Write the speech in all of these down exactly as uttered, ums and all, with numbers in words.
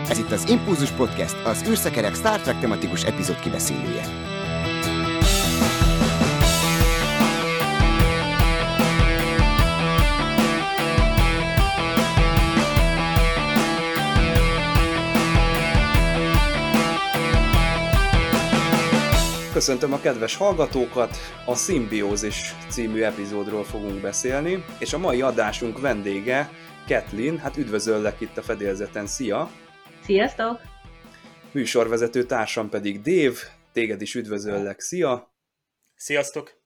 Ez itt az Impulzus Podcast, az űrszekerek Star Trek tematikus epizód kibeszélője. Köszöntöm a kedves hallgatókat, a Szimbiózis című epizódról fogunk beszélni, és a mai adásunk vendége Kathleen, hát üdvözöllek itt a fedélzeten, szia! Sziasztok! Műsorvezető társam pedig Dave, téged is üdvözöllek, szia! Sziasztok!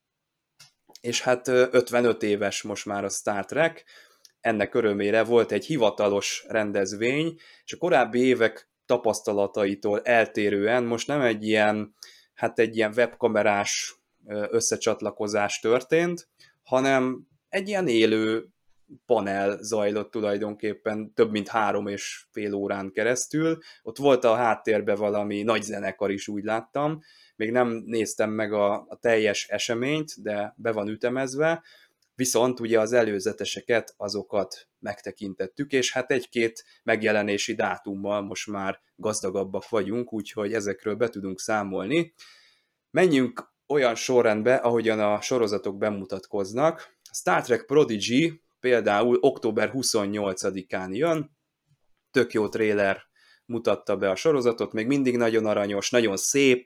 És hát ötvenöt éves most már a Star Trek, ennek örömére volt egy hivatalos rendezvény, és a korábbi évek tapasztalataitól eltérően most nem egy ilyen hát egy ilyen webkamerás összecsatlakozás történt, hanem egy ilyen élő panel zajlott tulajdonképpen több mint három és fél órán keresztül. Ott volt a háttérben valami nagy zenekar is, úgy láttam. Még nem néztem meg a, a teljes eseményt, de be van ütemezve. Viszont ugye az előzeteseket, azokat megtekintettük, és hát egy-két megjelenési dátummal most már gazdagabbak vagyunk, úgyhogy ezekről be tudunk számolni. Menjünk olyan sorrendbe, ahogyan a sorozatok bemutatkoznak. A Star Trek Prodigy például október huszonnyolcadikán jön, tök jó trailer mutatta be a sorozatot, még mindig nagyon aranyos, nagyon szép,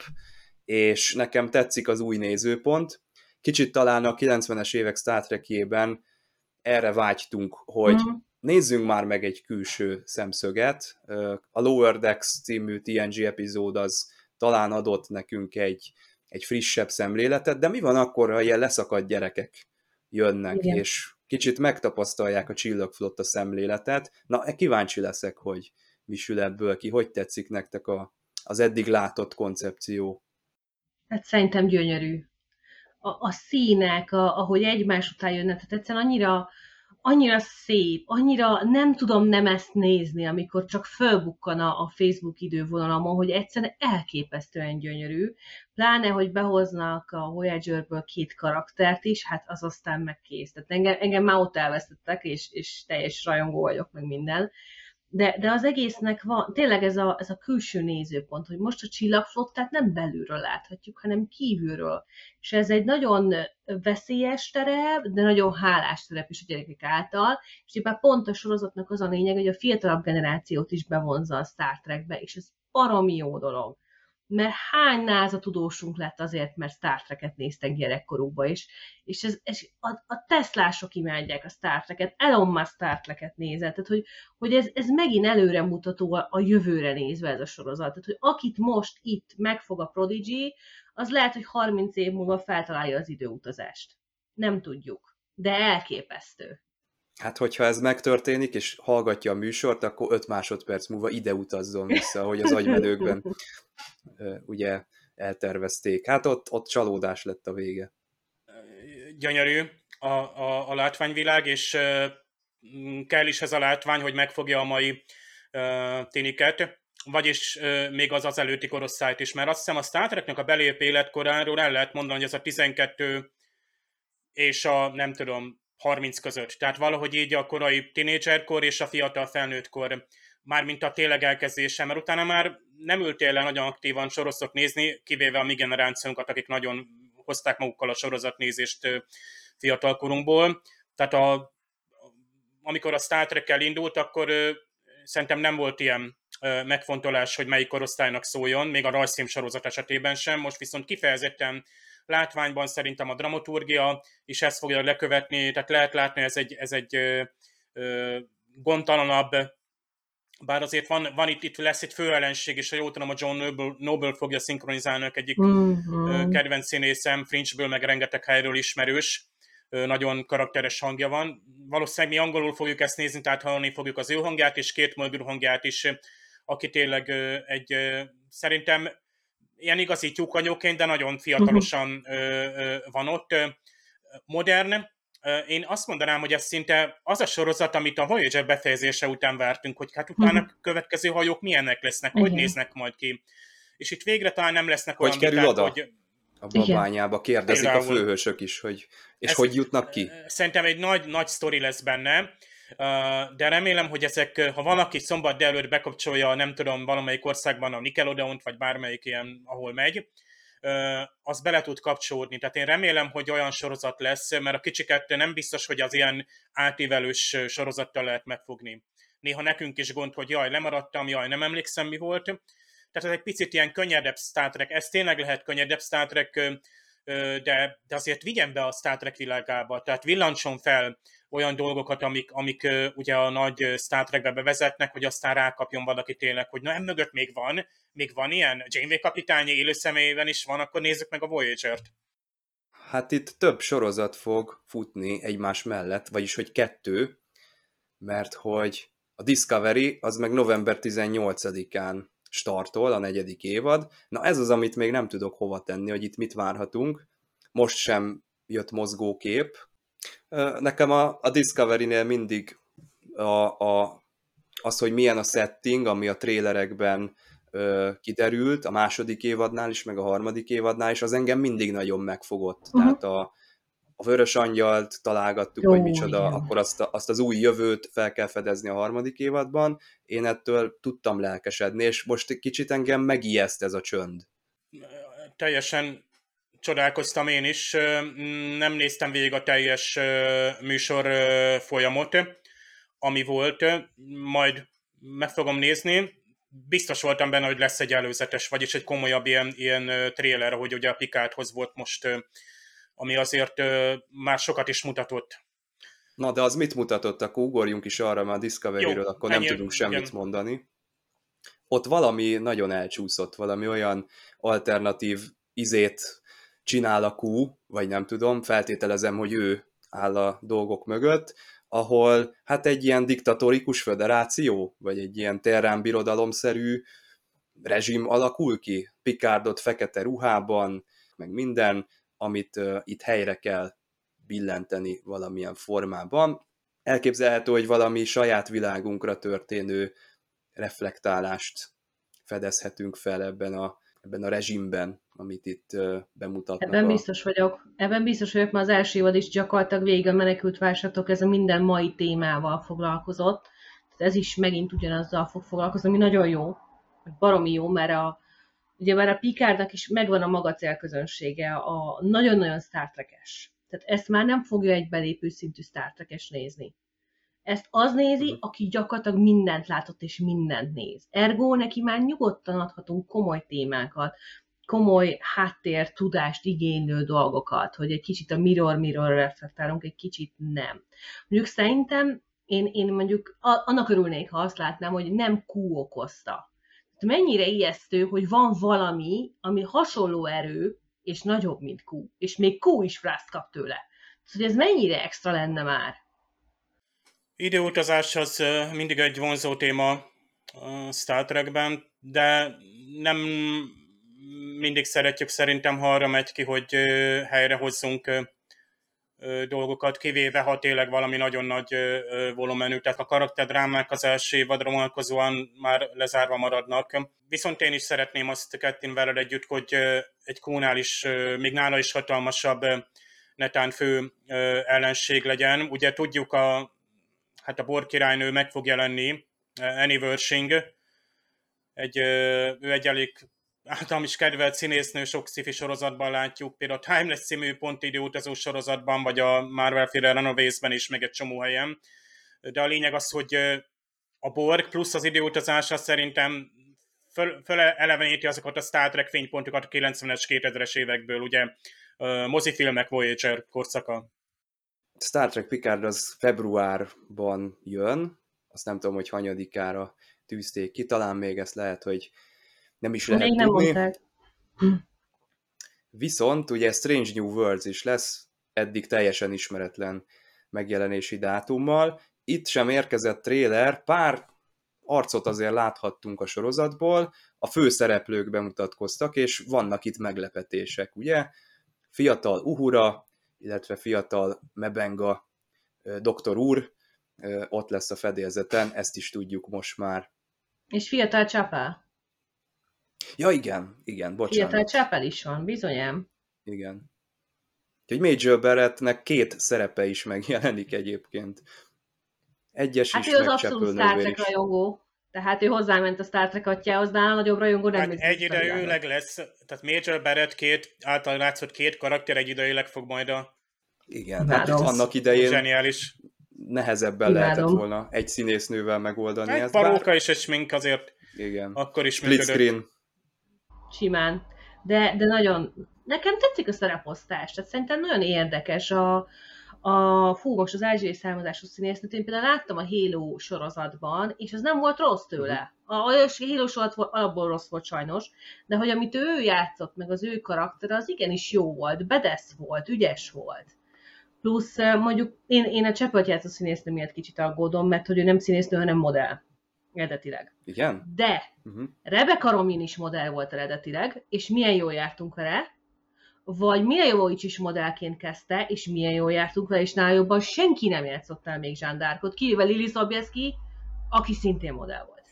és nekem tetszik az új nézőpont. Kicsit talán a kilencvenes évek Star Trekjében erre vágytunk, hogy mm. nézzünk már meg egy külső szemszöget. A Lower Decks című té en gé epizód az talán adott nekünk egy, egy frissebb szemléletet, de mi van akkor, ha ilyen leszakadt gyerekek jönnek, igen, és kicsit megtapasztalják a Csillagflotta szemléletet. Na, kíváncsi leszek, hogy mi sül ebből ki, hogy tetszik nektek a, az eddig látott koncepció. Hát szerintem gyönyörű. A, a színek, a, ahogy egymás után jönnek, tehát egyszerűen annyira, annyira szép, annyira nem tudom nem ezt nézni, amikor csak fölbukkan a, a Facebook idővonalamon, hogy egyszerűen elképesztően gyönyörű. Pláne, hogy behoznak a Voyagerből két karaktert is, hát az aztán megkész. Tehát engem, engem már ott elvesztettek, és, és teljes rajongó vagyok, meg minden. De, de az egésznek van, tényleg ez a, ez a külső nézőpont, hogy most a Csillagflottát nem belülről láthatjuk, hanem kívülről. És ez egy nagyon veszélyes terep, de nagyon hálás terep is a gyerekek által, és éppen pont a sorozatnak az a lényeg, hogy a fiatalabb generációt is bevonza a Star Trekbe, és ez baromi jó dolog. Mert hány náza tudósunk lett azért, mert Star Treket néztek gyerekkorukba is, és ez, ez, a, a Teslások imádják a Star Treket, Elon Musk Star Treket nézett, tehát hogy, hogy ez, ez megint előremutató a, a jövőre nézve ez a sorozat, tehát hogy akit most itt megfog a Prodigy, az lehet, hogy harminc év múlva feltalálja az időutazást. Nem tudjuk, de elképesztő. Hát, hogyha ez megtörténik, és hallgatja a műsort, akkor öt másodperc múlva ide utazzon vissza, ahogy az agymenőkben ugye eltervezték. Hát ott, ott csalódás lett a vége. Gyönyörű a, a, a látványvilág, és uh, kell is ez a látvány, hogy megfogja a mai uh, tiniket, vagyis uh, még az az előtti korosztályt is, mert azt hiszem a Star Treknek a belépő életkoráról el lehet mondani, hogy ez a tizenkettő és a nem tudom, harminc között. Tehát valahogy így a korai tínédzserkor és a fiatal felnőttkor, mármint a tényleg elkezdése, mert utána már nem ültél le nagyon aktívan sorozatot nézni, kivéve a mi generációnkat, akik nagyon hozták magukkal a sorozatnézést fiatalkorunkból. Tehát a, amikor a Star Trek-kel indult, akkor szerintem nem volt ilyen megfontolás, hogy melyik korosztálynak szóljon, még a rajzfilm sorozat esetében sem. Most viszont kifejezetten látványban szerintem a dramaturgia is ezt fogja lekövetni, tehát lehet látni, ez egy, ez egy ö, ö, gondtalanabb, bár azért van, van itt, itt lesz egy főellenség, és ha jól tudom, a John Noble, Noble fogja szinkronizálni, egyik mm-hmm. kedvenc színészem, Fringe-ből, meg rengeteg helyről ismerős, nagyon karakteres hangja van. Valószínűleg mi angolul fogjuk ezt nézni, tehát hallani fogjuk az ő hangját, és két Mulgrew hangját is, aki tényleg egy, szerintem ilyen igazi tyúkanyóként, de nagyon fiatalosan uh-huh. van ott. Modern. Én azt mondanám, hogy ez szinte az a sorozat, amit a Voyager befejezése után vártunk, hogy hát utána uh-huh. következő hajók milyenek lesznek, uh-huh. hogy néznek majd ki. És itt végre talán nem lesznek olyan hogy kerül oda? Hogy a babányába kérdezik például, a főhősök is, hogy és hogy jutnak ki? Szerintem egy nagy, nagy sztori lesz benne. de remélem, hogy ezek, ha valaki szombat délelőtt bekapcsolja, nem tudom, valamelyik országban a Nickelodeont, vagy bármelyik ilyen, ahol megy, az bele tud kapcsolódni. Tehát én remélem, hogy olyan sorozat lesz, mert a kicsiket nem biztos, hogy az ilyen átívelős sorozattal lehet megfogni. Néha nekünk is gond, hogy jaj, lemaradtam, jaj, nem emlékszem, mi volt. Tehát ez egy picit ilyen könnyedebb Star Trek. Ez tényleg lehet könnyedebb Star Trek, de, de azért vigyen be a Star Trek világába. Tehát villancson fel olyan dolgokat, amik, amik ugye a nagy Star Trekbe bevezetnek, hogy aztán rákapjon valaki tényleg, hogy na, emögött még van, még van ilyen, Janeway kapitány élő személyében is van, akkor nézzük meg a Voyager-t. Hát itt több sorozat fog futni egymás mellett, vagyis hogy kettő, mert hogy a Discovery az meg november tizennyolcadikán startol, a negyedik évad. Na ez az, amit még nem tudok hova tenni, hogy itt mit várhatunk. Most sem jött mozgókép. Nekem a, a Discovery-nél mindig a, a, az, hogy milyen a setting, ami a trélerekben ö, kiderült, a második évadnál is, meg a harmadik évadnál is, az engem mindig nagyon megfogott. Uh-huh. Tehát a, a Vörös Angyalt találgattuk, Jó, hogy micsoda, igen. Akkor azt, a, azt az új jövőt fel kell fedezni a harmadik évadban. Én ettől tudtam lelkesedni, és most egy kicsit engem megijeszt ez a csönd. Teljesen csodálkoztam én is. Nem néztem végig a teljes műsor folyamot, ami volt. Majd meg fogom nézni. Biztos voltam benne, hogy lesz egy előzetes, vagyis egy komolyabb ilyen, ilyen tréler, ahogy ugye a Picardhoz volt most, ami azért már sokat is mutatott. Na, de az mit mutatott? Akkor ugorjunk is arra, már a Discovery-ről, akkor ennyi, nem tudunk semmit igen. mondani. Ott valami nagyon elcsúszott, valami olyan alternatív izét csinál a Q, vagy nem tudom, feltételezem, hogy ő áll a dolgok mögött, ahol hát egy ilyen diktatórikus föderáció, vagy egy ilyen terrán birodalomszerű rezsim alakul ki. Picardot fekete ruhában, meg minden, amit uh, itt helyre kell billenteni valamilyen formában. Elképzelhető, hogy valami saját világunkra történő reflektálást fedezhetünk fel ebben a, ebben a rezsimben, amit itt uh, bemutatnak. Ebben a... biztos vagyok. Ebben biztos vagyok, mert az első évad is gyakorlatilag végig a menekült válságtól ez a minden mai témával foglalkozott. Tehát ez is megint ugyanazzal fog foglalkozni, ami nagyon jó, baromi jó, mert a ugye már a Picardnak is megvan a maga célközönsége, a nagyon-nagyon Star Trek-es. Tehát ezt már nem fogja egy belépő szintű Star Trek-es nézni. Ezt az nézi, aki gyakorlatilag mindent látott és mindent néz. Ergo neki már nyugodtan adhatunk komoly témákat, komoly háttér, tudást igénylő dolgokat, hogy egy kicsit a mirror-mirror reflektálunk, egy kicsit nem. Mondjuk szerintem én, én mondjuk annak örülnék, ha azt látnám, hogy nem Q okozta. Mennyire ijesztő, hogy van valami, ami hasonló erő, és nagyobb, mint Q. És még Q is frászt kap tőle. Szóval ez mennyire extra lenne már? Időutazás az mindig egy vonzó téma a Star Trekben, de nem mindig szeretjük szerintem, ha arra megy ki, hogy helyrehozzunk dolgokat, kivéve ha tényleg valami nagyon nagy volumenű, tehát a karakterdrámák az első évadra vonatkozóan már lezárva maradnak. Viszont én is szeretném azt kettén veled együtt, hogy egy Q-nál is, még nála is hatalmasabb netán fő ellenség legyen. Ugye tudjuk, a, hát a Borg királynő meg fog jelenni, Annie Wershing, egy, ő egy elég általam is kedvelt színésznő, sok sci-fi sorozatban látjuk, például a Timeless című pont időutazó sorozatban, vagy a Marvel-féle Runaways-ben is, meg egy csomó helyen. De a lényeg az, hogy a Borg plusz az időutazása szerintem föl, föleleveníti azokat a Star Trek fénypontokat a kilencvenes, kétezres évekből, ugye mozifilmek Voyager korszaka. Star Trek Picard az februárban jön, azt nem tudom, hogy hanyadikára tűzték ki, talán még ezt lehet, hogy nem is lehet még nem tudni. Mondták. Viszont ugye Strange New Worlds is lesz, eddig teljesen ismeretlen megjelenési dátummal. Itt sem érkezett tréler, pár arcot azért láthattunk a sorozatból, a főszereplők bemutatkoztak, és vannak itt meglepetések, ugye? Fiatal Uhura, illetve fiatal M'Benga doktor úr ott lesz a fedélzeten, ezt is tudjuk most már. És fiatal Chapel. Ja, igen, igen, bocsánat. Fiatal Chapel is van, bizonyám. Igen. Úgyhogy Major Barrettnek két szerepe is megjelenik egyébként. Egyes Hát is, ő az meg abszolút Chapel Star nővér Trek is. rajongó. Tehát ő hozzáment a Star Trek atyához, de a nagyobb rajongó nem Hát nézi ezt a világot. egyidejűleg lesz, tehát Major Barrett két által látszott két karakter egyidejűleg fog majd a Igen, hát Imádom. annak idején zseniális. nehezebben Imádom. lehetett volna egy színésznővel megoldani Egy ezt, paróka bár... és egy smink azért Igen. akkor is Split működött. screen. Simán. De, de nagyon... Nekem tetszik a szereposztás, tehát szerintem nagyon érdekes. A, a, fú, most az ázsiai származású színésznőt én például láttam a Halo sorozatban, és az nem volt rossz tőle. A, a Halo sorozat alapból rossz volt sajnos, de hogy amit ő játszott, meg az ő karaktere, az igenis jó volt, bedesz volt, ügyes volt. Plusz mondjuk én, én a Chapel játszó színésznő miatt kicsit aggódom, mert hogy ő nem színésznő, hanem modell. Eredetileg. Igen? De Uh-huh. Rebecca Romijn is modell volt eredetileg, és milyen jól jártunk vele, vagy Mila Jovovich is modellként kezdte, és milyen jól jártunk vele, és nála jobban senki nem játszott el még Jeanne d'Arcot, kivéve Lily Sobieski, aki szintén modell volt.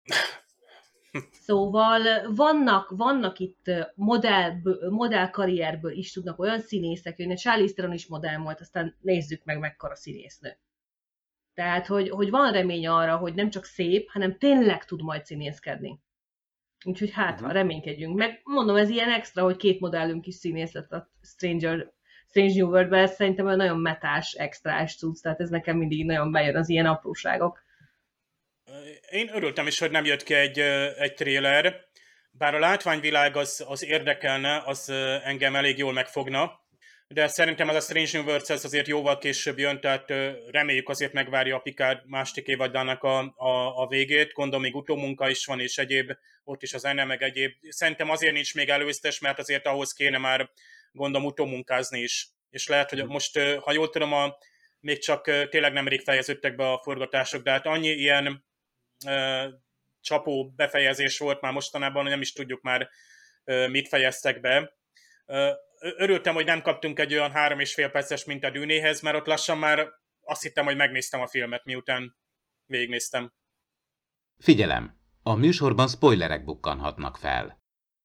Szóval vannak, vannak itt modell, modell karrierből is tudnak olyan színészek jönni, Charlize Theron is modell volt, aztán nézzük meg, mekkora színésznő. Tehát, hogy, hogy van remény arra, hogy nem csak szép, hanem tényleg tud majd színészkedni. Úgyhogy hát, uh-huh. reménykedjünk. Meg mondom, ez ilyen extra, hogy két modellünk is színész lett a Stranger, Strange New World-ben, ez szerintem olyan nagyon metás, extrás cucc, tehát ez nekem mindig nagyon bejön az ilyen apróságok. Én örültem is, hogy nem jött ki egy, egy trailer, bár a látványvilág az, az érdekelne, az engem elég jól megfogna, de szerintem az a Strange New Worlds ez azért jóval később jön, tehát reméljük azért megvárja a Picard második évadának a, a, a végét, gondolom még utómunka is van, és egyéb, ott is az zene, meg egyéb. Szerintem azért nincs még előztes, mert azért ahhoz kéne már gondolom utómunkázni is. És lehet, hogy most, ha jól tudom, a, még csak tényleg nemrég fejeződtek be a forgatások, de hát annyi ilyen uh, csapó befejezés volt már mostanában, hogy nem is tudjuk már uh, mit fejeztek be. Uh, Örültem, hogy nem kaptunk egy olyan három és fél perces mint a Dűnéhez, mert ott lassan már azt hittem, hogy megnéztem a filmet, miután végignéztem. Figyelem! A műsorban spoilerek bukkanhatnak fel.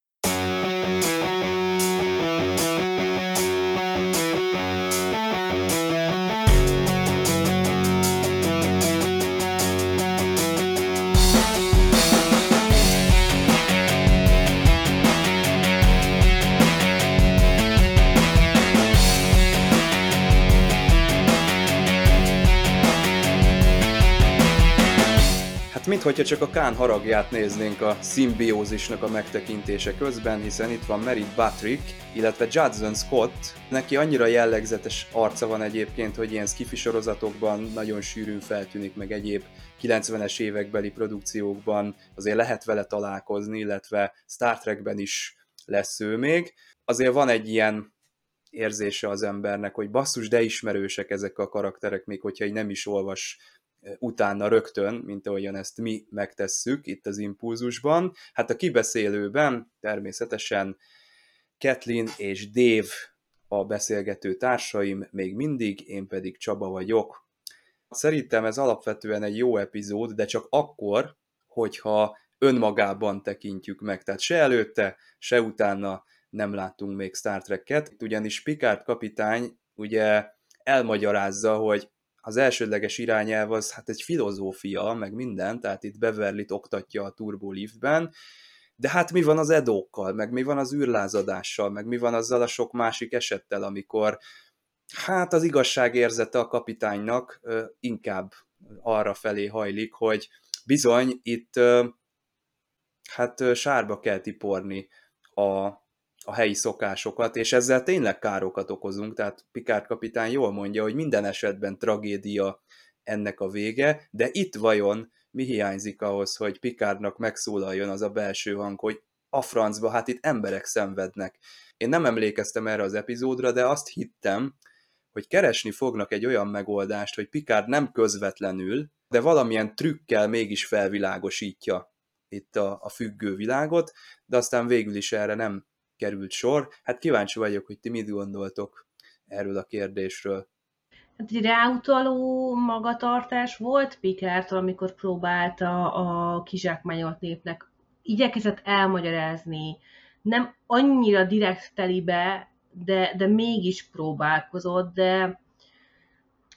Hát minthogyha csak a Khan haragját néznénk a szimbiózisnak a megtekintése közben, hiszen itt van Merit Patrick, illetve Judson Scott. Neki annyira jellegzetes arca van egyébként, hogy ilyen sci-fi sorozatokban nagyon sűrűn feltűnik, meg egyéb kilencvenes évekbeli produkciókban azért lehet vele találkozni, illetve Star Trekben is lesz ő még. Azért van egy ilyen érzése az embernek, hogy basszus, de ismerősek ezek a karakterek, még hogyha így nem is olvas utána rögtön, mint ahogyan ezt mi megtesszük itt az Impulzusban. Hát a kibeszélőben természetesen Kathleen és Dave a beszélgető társaim még mindig, én pedig Csaba vagyok. Szerintem ez alapvetően egy jó epizód, de csak akkor, hogyha önmagában tekintjük meg. Tehát se előtte, se utána nem láttunk még Star Trek-et, ugyanis Picard kapitány ugye elmagyarázza, hogy az elsődleges irányelv az hát egy filozófia, meg minden, tehát itt Beverlyt oktatja a Turbo Liftben, de hát mi van az edókkal, meg mi van az űrlázadással, meg mi van azzal a sok másik esettel, amikor hát az igazságérzete a kapitánynak ö, inkább arra felé hajlik, hogy bizony itt ö, hát ö, sárba kell tiporni a a helyi szokásokat, és ezzel tényleg károkat okozunk, tehát Picard kapitány jól mondja, hogy minden esetben tragédia ennek a vége, de itt vajon mi hiányzik ahhoz, hogy Picardnak megszólaljon az a belső hang, hogy a francba, hát itt emberek szenvednek. Én nem emlékeztem erre az epizódra, de azt hittem, hogy keresni fognak egy olyan megoldást, hogy Picard nem közvetlenül, de valamilyen trükkel mégis felvilágosítja itt a, a függő világot, de aztán végül is erre nem került sor. Hát kíváncsi vagyok, hogy ti mit gondoltok erről a kérdésről. Hát egy ráutaló magatartás volt Picardtól, amikor próbálta a kizsákmányolt népnek. Igyekezett elmagyarázni, nem annyira direkt telibe, de, de mégis próbálkozott, de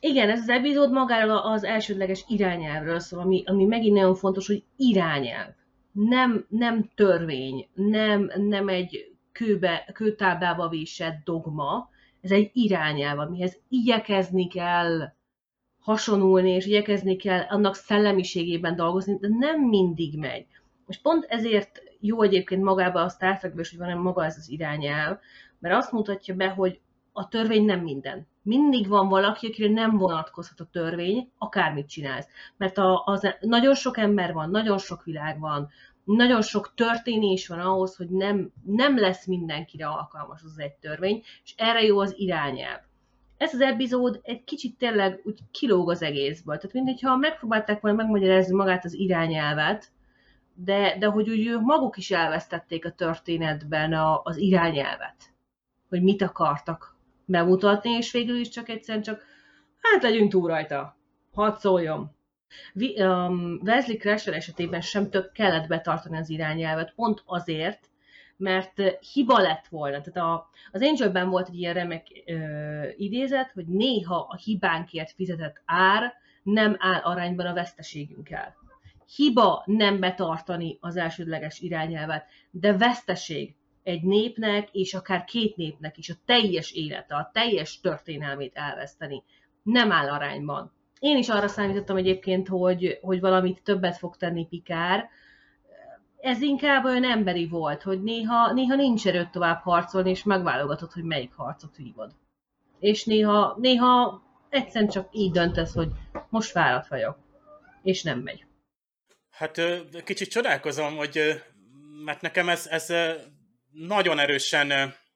Igen, ez az epizód magáról az elsődleges irányelvről szól, ami, ami megint nagyon fontos, hogy irányelv. Nem, nem törvény, nem, nem egy kőbe, kőtáblába vésett dogma, ez egy irányelv, amihez igyekezni kell hasonulni, és igyekezni kell annak szellemiségében dolgozni, de nem mindig megy. És pont ezért jó egyébként magában a Star Trekben is, hogy van maga ez az irányelv, mert azt mutatja be, hogy a törvény nem minden. Mindig van valaki, akire nem vonatkozhat a törvény, akármit csinálsz. Mert a, az, nagyon sok ember van, nagyon sok világ van, nagyon sok történés van ahhoz, hogy nem, nem lesz mindenkire alkalmas az egy törvény, és erre jó az irányelv. Ez az epizód egy kicsit tényleg úgy kilóg az egészből. Tehát mintha megpróbálták volna megmagyarázni magát az irányelvet, de, de hogy úgy ők maguk is elvesztették a történetben a, az irányelvet. Hogy mit akartak bemutatni, és végül is csak egyszerűen csak, hát legyünk túl rajta, hadd szóljon. Um, Wesley Crusher esetében sem tök kellett betartani az irányelvet, pont azért, mert hiba lett volna. Tehát a, az Angelben volt egy ilyen remek ö, idézet, hogy néha a hibánkért fizetett ár nem áll arányban a veszteségünkkel. Hiba nem betartani az elsődleges irányelvet, de veszteség egy népnek, és akár két népnek is a teljes élete, a teljes történelmét elveszteni. Nem áll arányban. Én is arra számítottam egyébként, hogy, hogy valamit többet fog tenni Picard. Ez inkább olyan emberi volt, hogy néha, néha nincs erőt tovább harcolni, és megválogatod, hogy melyik harcot hívod. És néha, néha egyszerűen csak így döntesz, hogy most fáradt vagyok, és nem megy. Hát kicsit csodálkozom, hogy, mert nekem ez, ez nagyon erősen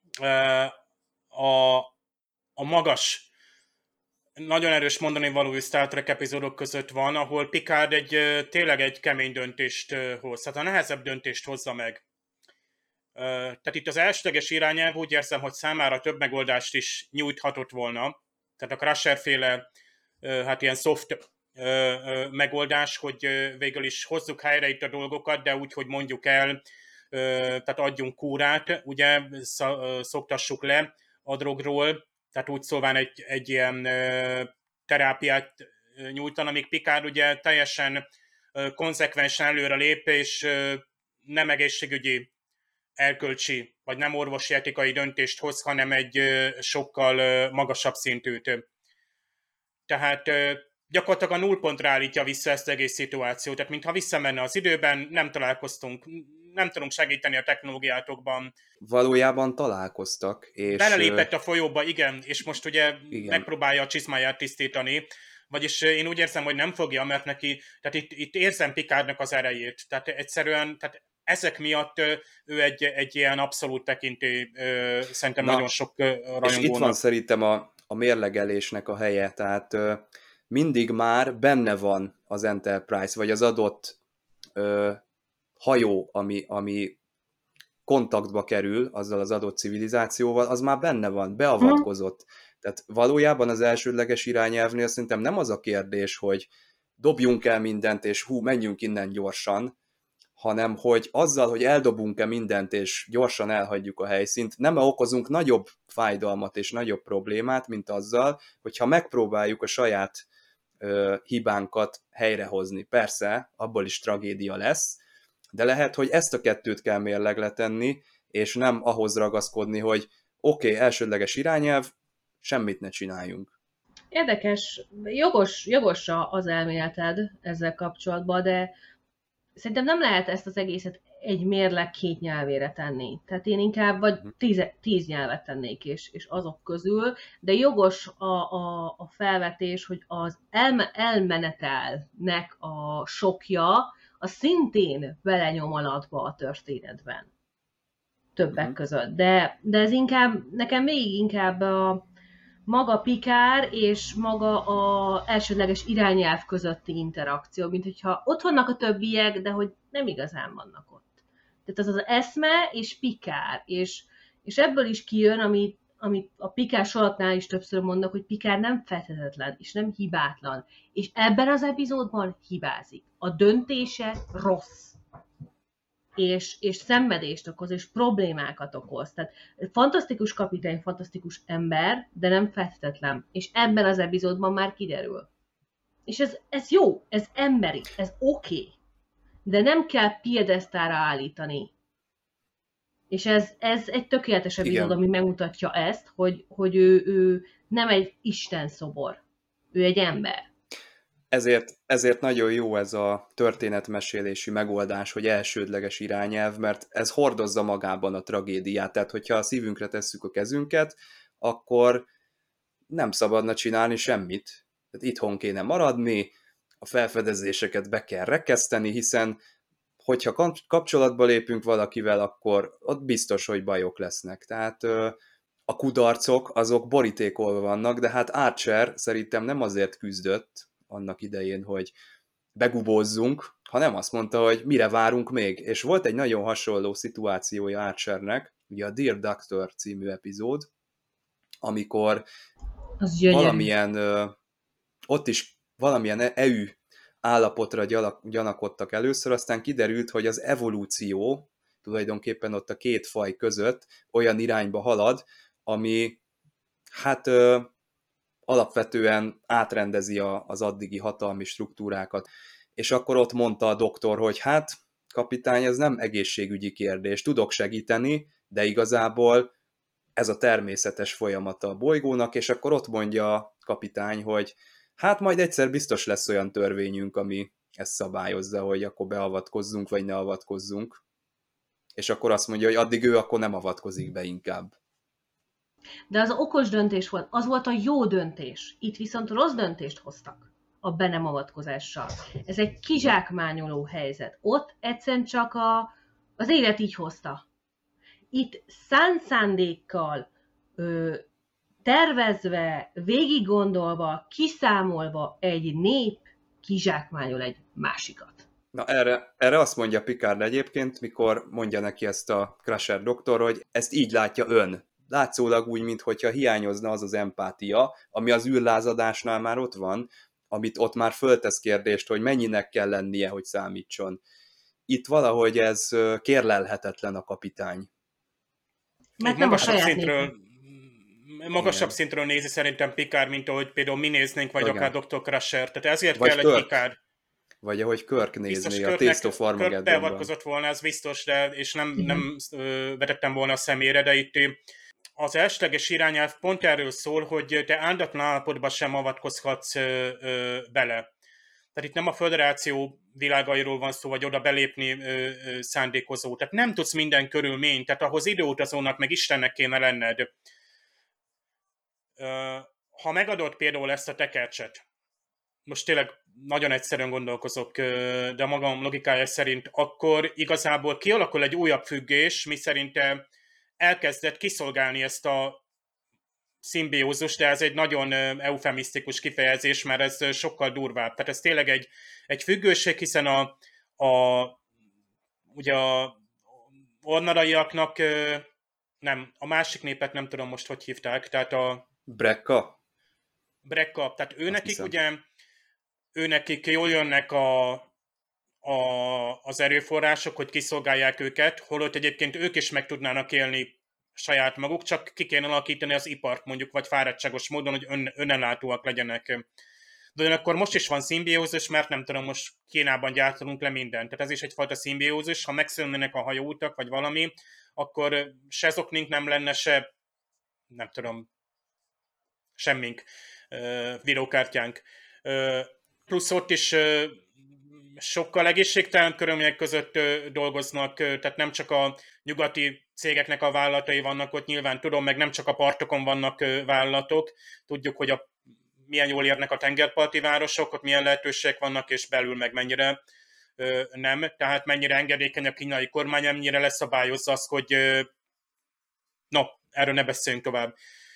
a, a magas, nagyon erős mondani való Star Trek epizódok között van, ahol Picard egy, tényleg egy kemény döntést hoz, tehát a nehezebb döntést hozza meg. Tehát itt az elsődleges irányelv úgy érzem, hogy számára több megoldást is nyújthatott volna. Tehát a Crusher-féle hát ilyen soft megoldás, hogy végül is hozzuk helyre itt a dolgokat, de úgy, hogy mondjuk el, tehát adjunk kúrát, ugye szoktassuk le a drogról, tehát úgy szóval egy, egy ilyen terápiát nyújtan, amíg Picard ugye teljesen konzekvensen előre lép, és nem egészségügyi erkölcsi, vagy nem orvosi etikai döntést hoz, hanem egy sokkal magasabb szintűt. Tehát gyakorlatilag a nullpontra állítja vissza ezt az egész szituációt, tehát mintha visszamenne az időben, nem találkoztunk, nem tudunk segíteni a technológiátokban. Valójában találkoztak, és... Belelépett a folyóba, igen, és most ugye igen. megpróbálja a csizmáját tisztítani, vagyis én úgy érzem, hogy nem fogja, mert neki, tehát itt, itt érzem Picardnak az erejét, tehát egyszerűen, tehát ezek miatt ő egy, egy ilyen abszolút tekintély, szerintem Na, nagyon sok rajongónak. És itt van szerintem a, a mérlegelésnek a helye, tehát mindig már benne van az Enterprise, vagy az adott ö, hajó, ami, ami kontaktba kerül azzal az adott civilizációval, az már benne van, beavatkozott. Tehát valójában az elsődleges irányelvnél szerintem nem az a kérdés, hogy dobjunk el mindent, és hú, menjünk innen gyorsan, hanem hogy azzal, hogy eldobunk-e mindent, és gyorsan elhagyjuk a helyszínt, nem okozunk nagyobb fájdalmat és nagyobb problémát, mint azzal, hogyha megpróbáljuk a saját ö, hibánkat helyrehozni. Persze, abból is tragédia lesz, de lehet, hogy ezt a kettőt kell mérlegre tenni, és nem ahhoz ragaszkodni, hogy oké, okay, elsődleges irányelv, semmit ne csináljunk. Érdekes, jogos, jogos az elméleted ezzel kapcsolatban, de szerintem nem lehet ezt az egészet egy mérleg két nyelvére tenni. Tehát én inkább vagy tíz, tíz nyelvet tennék, és, és azok közül, de jogos a, a, a felvetés, hogy az elme, elmenetelnek a sokja, az szintén belenyom alatba a történetben. Többek uh-huh. között. De, de ez inkább, nekem még inkább a maga Picard és maga az elsődleges irányelv közötti interakció, mint hogyha ott vannak a többiek, de hogy nem igazán vannak ott. Tehát az az eszme és Picard, és, és ebből is kijön, amit, amit a Picard soroknál is többször mondnak, hogy Picard nem feltétlenül és nem hibátlan. És ebben az epizódban hibázik. A döntése rossz. és, és szenvedést okoz, és problémákat okoz. Tehát fantasztikus kapitány, fantasztikus ember, de nem feltétlen. És ebben az epizódban már kiderül. És ez, ez jó, ez emberi, ez oké. Okay. De nem kell piedesztára állítani. És ez, ez egy tökéletes epizód, ami megmutatja ezt, hogy, hogy ő, ő nem egy Isten szobor. Ő egy ember. Ezért, ezért nagyon jó ez a történetmesélési megoldás, hogy elsődleges irányelv, mert ez hordozza magában a tragédiát. Tehát, hogyha a szívünkre tesszük a kezünket, akkor nem szabadna csinálni semmit. Tehát itthon kéne maradni, a felfedezéseket be kell rekeszteni, hiszen hogyha kapcsolatba lépünk valakivel, akkor ott biztos, hogy bajok lesznek. Tehát a kudarcok azok borítékolva vannak, de hát Archer szerintem nem azért küzdött annak idején, hogy begubózzunk, hanem azt mondta, hogy mire várunk még. És volt egy nagyon hasonló szituációja Archernek, ugye a Dear Doctor című epizód, amikor valamilyen, ott is valamilyen é u állapotra gyanakodtak először, aztán kiderült, hogy az evolúció tulajdonképpen ott a két faj között olyan irányba halad, ami hát ö, alapvetően átrendezi a, az addigi hatalmi struktúrákat. És akkor ott mondta a doktor, hogy hát kapitány, ez nem egészségügyi kérdés, tudok segíteni, de igazából ez a természetes folyamata a bolygónak, és akkor ott mondja a kapitány, hogy hát majd egyszer biztos lesz olyan törvényünk, ami ezt szabályozza, hogy akkor beavatkozzunk, vagy ne avatkozzunk. És akkor azt mondja, hogy addig ő akkor nem avatkozik be inkább. De az okos döntés volt, az volt a jó döntés. Itt viszont rossz döntést hoztak a be nem avatkozással. Ez egy kizsákmányoló helyzet. Ott egyszerűen csak a, az élet így hozta. Itt szánt szándékkal, ö, tervezve, végiggondolva, kiszámolva egy nép kizsákmányol egy másikat. Na erre, erre azt mondja Picard egyébként, mikor mondja neki ezt a Crusher doktor, hogy ezt így látja ön. Látszólag úgy, mintha hiányozna az az empátia, ami az űrlázadásnál már ott van, amit ott már föltesz kérdést, hogy mennyinek kell lennie, hogy számítson. Itt valahogy ez kérlelhetetlen a kapitány. Mert nem a saját szintről, magasabb szintről nézi szerintem Picard, mint ahogy például mi néznénk, vagy igen, akár doktor Crusher. Tehát ezért vagy kell Kirk. Egy Picard. Vagy ahogy Kirk nézni a Taste of Armageddonban. Kirk beavatkozott volna, ez biztos, de, és nem, mm-hmm. nem ö, vetettem volna a szemére, de itt az elsőleges irányelv pont erről szól, hogy te áldatlan állapotban sem avatkozhatsz ö, ö, bele. Tehát itt nem a föderáció világairól van szó, vagy oda belépni ö, ö, szándékozó. Tehát nem tudsz minden körülményt, tehát ahhoz időutazónak meg Istennek kéne lenned. Ö, ha megadod például ezt a tekercset, most tényleg nagyon egyszerűen gondolkozok, de magam logikája szerint, akkor igazából kialakul egy újabb függés, mi szerint elkezdett kiszolgálni ezt a szimbiózus, de ez egy nagyon eufemisztikus kifejezés, mert ez sokkal durvább. Tehát ez tényleg egy, egy függőség, hiszen a, a ugye a ornaraiaknak, nem, a másik népet nem tudom most, hogy hívták, tehát a... Brekka? Brekka, tehát ő nekik ugye, ő nekik jól jönnek a, a, az erőforrások, hogy kiszolgálják őket, holott egyébként ők is meg tudnának élni saját maguk, csak ki kéne alakítani az ipart mondjuk, vagy fáradtságos módon, hogy ön, önellátóak legyenek. De ugyanakkor most is van szimbiózus, mert nem tudom, most Kínában gyártunk le mindent. Tehát ez is egyfajta szimbiózus, ha megszűnnének a hajóutak, vagy valami, akkor se zoknink nem lenne, se nem tudom, semmink, videókártyánk. Plusz ott is sokkal egészségtelen körülmények között dolgoznak, tehát nem csak a nyugati cégeknek a vállalatai vannak ott, nyilván tudom, meg nem csak a partokon vannak vállalatok. Tudjuk, hogy a, milyen jól érnek a tengerparti városok, ott milyen lehetőségek vannak, és belül meg mennyire nem. Tehát mennyire engedékeny a kínai kormány, mennyire leszabályozza azt, hogy no, erről ne beszéljünk tovább.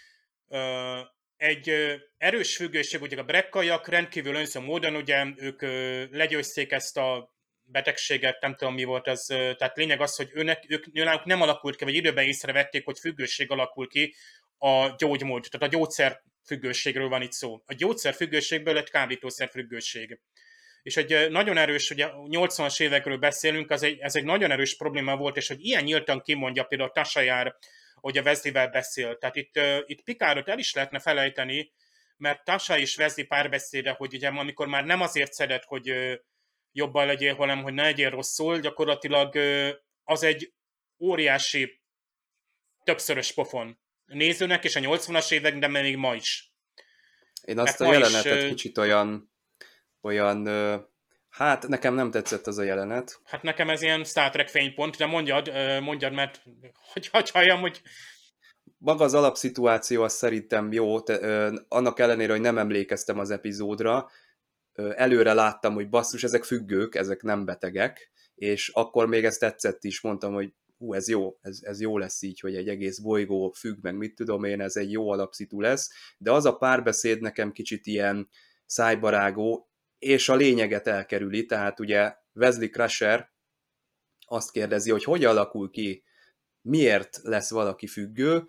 Egy erős függőség, ugye a brekkaiak rendkívül önző módon, ugye ők legyőzték ezt a betegséget, nem tudom mi volt ez, tehát lényeg az, hogy őnek, ők náluk nem alakult ki, vagy időben észrevették, hogy függőség alakul ki a gyógymód, tehát a gyógyszer függőségről van itt szó. A gyógyszer függőségből lett kábítószer függőség. És egy nagyon erős, ugye nyolcvanas évekről beszélünk, az egy, ez egy nagyon erős probléma volt, és hogy ilyen nyíltan kimondja például Tasha Yar, hogy a Wesley-vel beszél. Tehát itt, itt Picardot el is lehetne felejteni, mert Tasha és Wesley párbeszéde, hogy ugye amikor már nem azért szedett, hogy jobban legyél, hanem hogy ne legyél rosszul, gyakorlatilag az egy óriási többszörös pofon a nézőnek, és a nyolcvanas évek, de még ma is. Én azt mert a jelenetet is, kicsit olyan, olyan, hát nekem nem tetszett az a jelenet. Hát nekem ez ilyen Star Trek fénypont, de mondjad, mondjad, mert hogy, hogy halljam, hogy... Maga az alapszituáció az szerintem jó, te, ö, annak ellenére, hogy nem emlékeztem az epizódra, ö, előre láttam, hogy basszus, ezek függők, ezek nem betegek, és akkor még ezt tetszett is, mondtam, hogy hú, ez jó, ez, ez jó lesz így, hogy egy egész bolygó függ, meg mit tudom én, ez egy jó alapszitu lesz, de az a párbeszéd nekem kicsit ilyen szájbarágó, és a lényeget elkerüli, tehát ugye Wesley Crusher azt kérdezi, hogy hogy alakul ki, miért lesz valaki függő,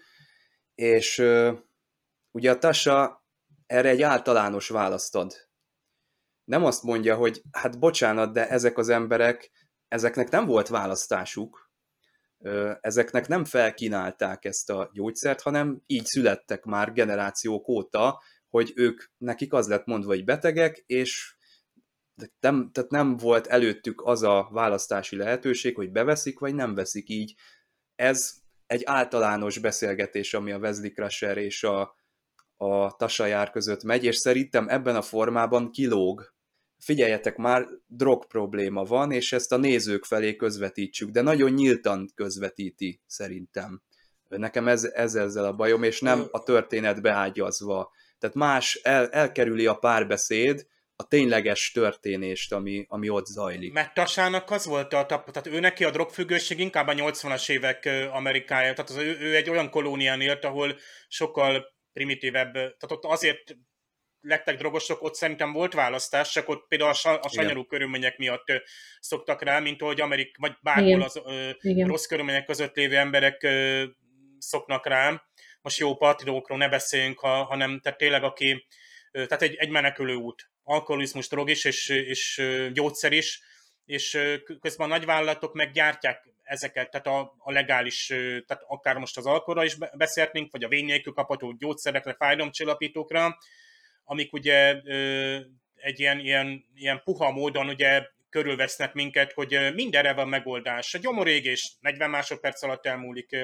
és uh, ugye a Tasha erre egy általános választ ad. Nem azt mondja, hogy hát bocsánat, de ezek az emberek, ezeknek nem volt választásuk, uh, ezeknek nem felkínálták ezt a gyógyszert, hanem így születtek már generációk óta, hogy ők, nekik az lett mondva, hogy betegek, és nem, tehát nem volt előttük az a választási lehetőség, hogy beveszik, vagy nem veszik így. Ez egy általános beszélgetés, ami a Wesley Crusher és a, a Tasha Yar között megy, és szerintem ebben a formában kilóg. Figyeljetek már, drog probléma van, és ezt a nézők felé közvetítsük, de nagyon nyíltan közvetíti szerintem. Nekem ez, ez ezzel a bajom, és nem a történetbe ágyazva. Tehát más, el, elkerüli a párbeszéd a tényleges történést, ami, ami ott zajlik. Mert Tashának az volt a tap, tehát ő neki a drogfüggőség inkább a nyolcvanas évek Amerikája, tehát az, ő, ő egy olyan kolónián élt, ahol sokkal primitívebb, tehát ott azért lettek drogosok, ott szerintem volt választás, csak ott például a, a sanyarú körülmények miatt szoktak rá, mint ahogy Amerik, vagy bárhol az ö, rossz körülmények között lévő emberek ö, szoknak rá. Most jó partidókról ne beszéljünk, ha, hanem tehát tényleg aki, ö, tehát egy, egy menekülő út. Alkoholizmus, drog is, és, és gyógyszer is, és közben a nagyvállalatok meggyártják ezeket, tehát a, a legális, tehát akár most az alkoholra is beszélhetnénk, vagy a vény nélkül kapható gyógyszerekre, fájdalomcsillapítókra, amik ugye egy ilyen, ilyen, ilyen puha módon ugye körülvesznek minket, hogy mindenre van megoldás. A gyomorégés negyven másodperc alatt elmúlik,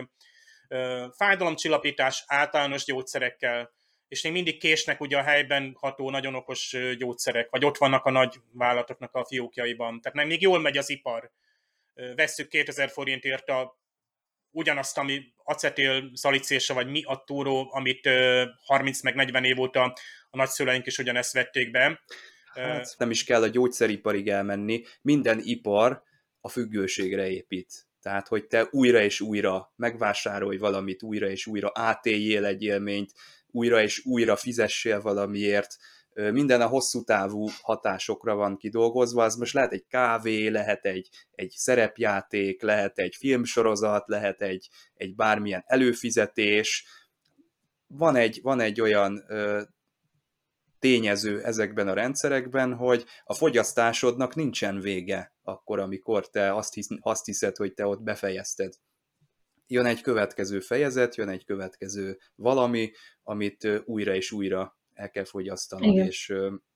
fájdalomcsillapítás általános gyógyszerekkel, és még mindig késnek ugye a helyben ható, nagyon okos gyógyszerek, vagy ott vannak a nagy vállalatoknak a fiókjaiban. Tehát még jól megy az ipar. Vesszük kétezer forintért a, ugyanazt, ami acetil szalicésa, vagy mi a túró, amit harminc meg negyven év óta a nagyszüleink is ugyanezt vették be. Hát nem is kell a gyógyszeriparig elmenni, minden ipar a függőségre épít. Tehát, hogy te újra és újra megvásárolj valamit, újra és újra átéljél egy élményt, újra és újra fizessél valamiért, minden a hosszú távú hatásokra van kidolgozva, az most lehet egy kávé, lehet egy, egy szerepjáték, lehet egy filmsorozat, lehet egy, egy bármilyen előfizetés. Van egy, van egy olyan ö, tényező ezekben a rendszerekben, hogy a fogyasztásodnak nincsen vége akkor, amikor te azt, hisz, azt hiszed, hogy te ott befejezted. Jön egy következő fejezet, jön egy következő valami, amit újra és újra el kell fogyasztanod. Igen. És